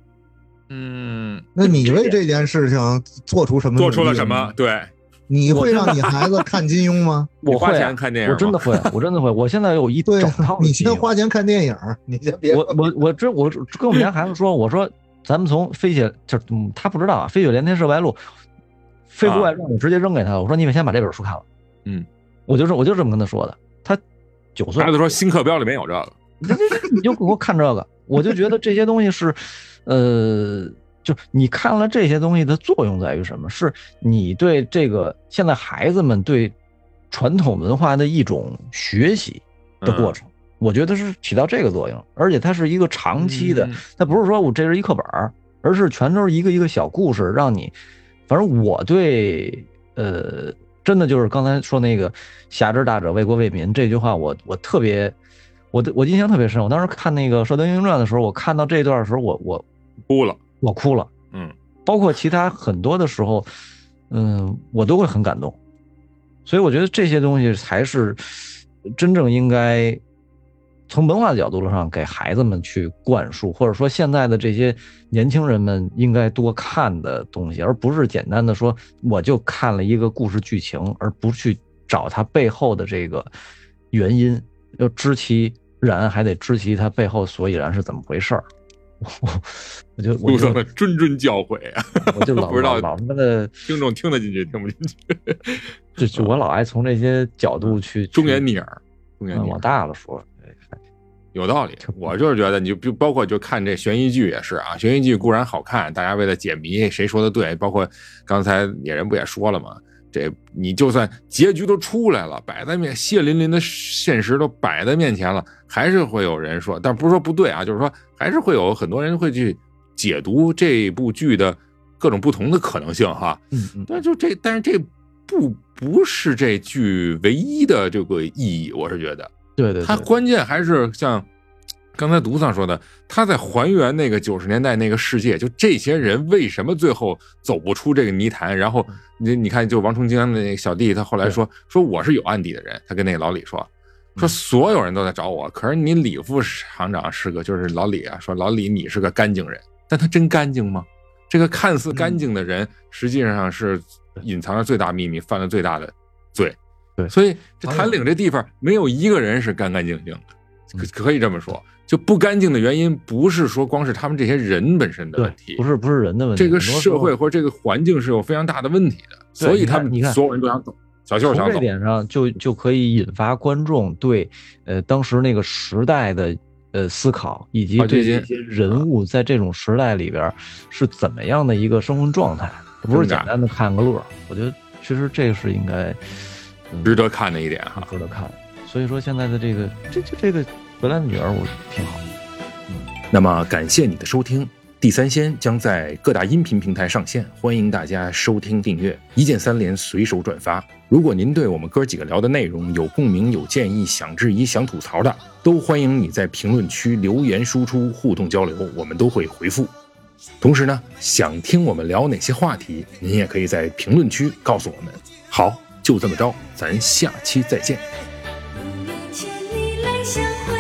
那你为这件事情做出了什么？对， 你会让你孩子看金庸吗？ 我会花钱看电影， 我真的会。我现在有一整套。 你先花钱看电影，你先别。 我跟我们家孩子说，我说咱们从飞雪，就是他不知道啊，飞雪连天射白鹿，飞狐外传我直接扔给他了。我说你们先把这本书看了。我就这么跟他说的。他9岁， 孩子说新课标里面有这个， 你就给我看这个，我就觉得这些东西是。就你看了这些东西的作用在于什么？是你对这个现在孩子们对传统文化的一种学习的过程。 我觉得是起到这个作用，而且它是一个长期的，它不是说我这是一课本，而是全都是一个一个小故事，让你，反正我对真的就是刚才说那个侠之大者为国为民这句话，我特别我印象特别深。我当时看那个《射雕英雄传》的时候，我看到这段的时候，我哭了， 包括其他很多的时候，我都会很感动。所以我觉得这些东西才是真正应该从文化的角度上给孩子们去灌输，或者说现在的这些年轻人们应该多看的东西，而不是简单的说我就看了一个故事剧情，而不去找它背后的这个原因，要知其然还得知其它背后所以然是怎么回事儿。我就路上的谆教诲啊， 我就老不知道他妈的听众听得进去听不进去， 就我老爱从这些角度去忠言逆耳， 往大了说。 有道理，我就是觉得你就包括就看这悬疑剧也是啊，悬疑剧固然好看，大家为了解谜，谁说的对？包括刚才野人不也说了吗？这你就算结局都出来了，摆在血淋淋的现实都摆在面前了，还是会有人说，但不是说不对啊，就是说还是会有很多人会去解读这部剧的各种不同的可能性哈。但是这不是这剧唯一的这个意义，我是觉得。 对， 它关键还是像刚才独桑说的，他在还原那个90年代那个世界，就这些人为什么最后走不出这个泥潭。然后你看，就王重江的那个小弟，他后来说我是有案底的人，他跟那个老李说所有人都在找我，可是你李副厂长是个就是老李啊，说老李你是个干净人，但他真干净吗？这个看似干净的人，实际上是隐藏着最大秘密，犯了最大的罪。 对， 所以这谭岭这地方没有一个人是干干净净的，可以这么说。就不干净的原因，不是说光是他们这些人本身的问题， 不是人的问题， 这个社会或者这个环境是有非常大的问题的，所以他们所有人都想走，小秀想走。从这点上就可以引发观众对当时那个时代的思考，以及对这些人物在这种时代里边是怎么样的一个生活状态，不是简单的看个乐。我觉得其实这个是应该值得看的一点哈， 值得看。所以说现在的这个回来的女儿我挺好。 那么感谢你的收听，地三鲜将在各大音频平台上线，欢迎大家收听订阅，一键3连随手转发。如果您对我们哥几个聊的内容有共鸣、有建议、想质疑、想吐槽的，都欢迎你在评论区留言输出，互动交流，我们都会回复。同时呢，想听我们聊哪些话题，您也可以在评论区告诉我们。好，就这么着，咱下期再见。 千里来相会。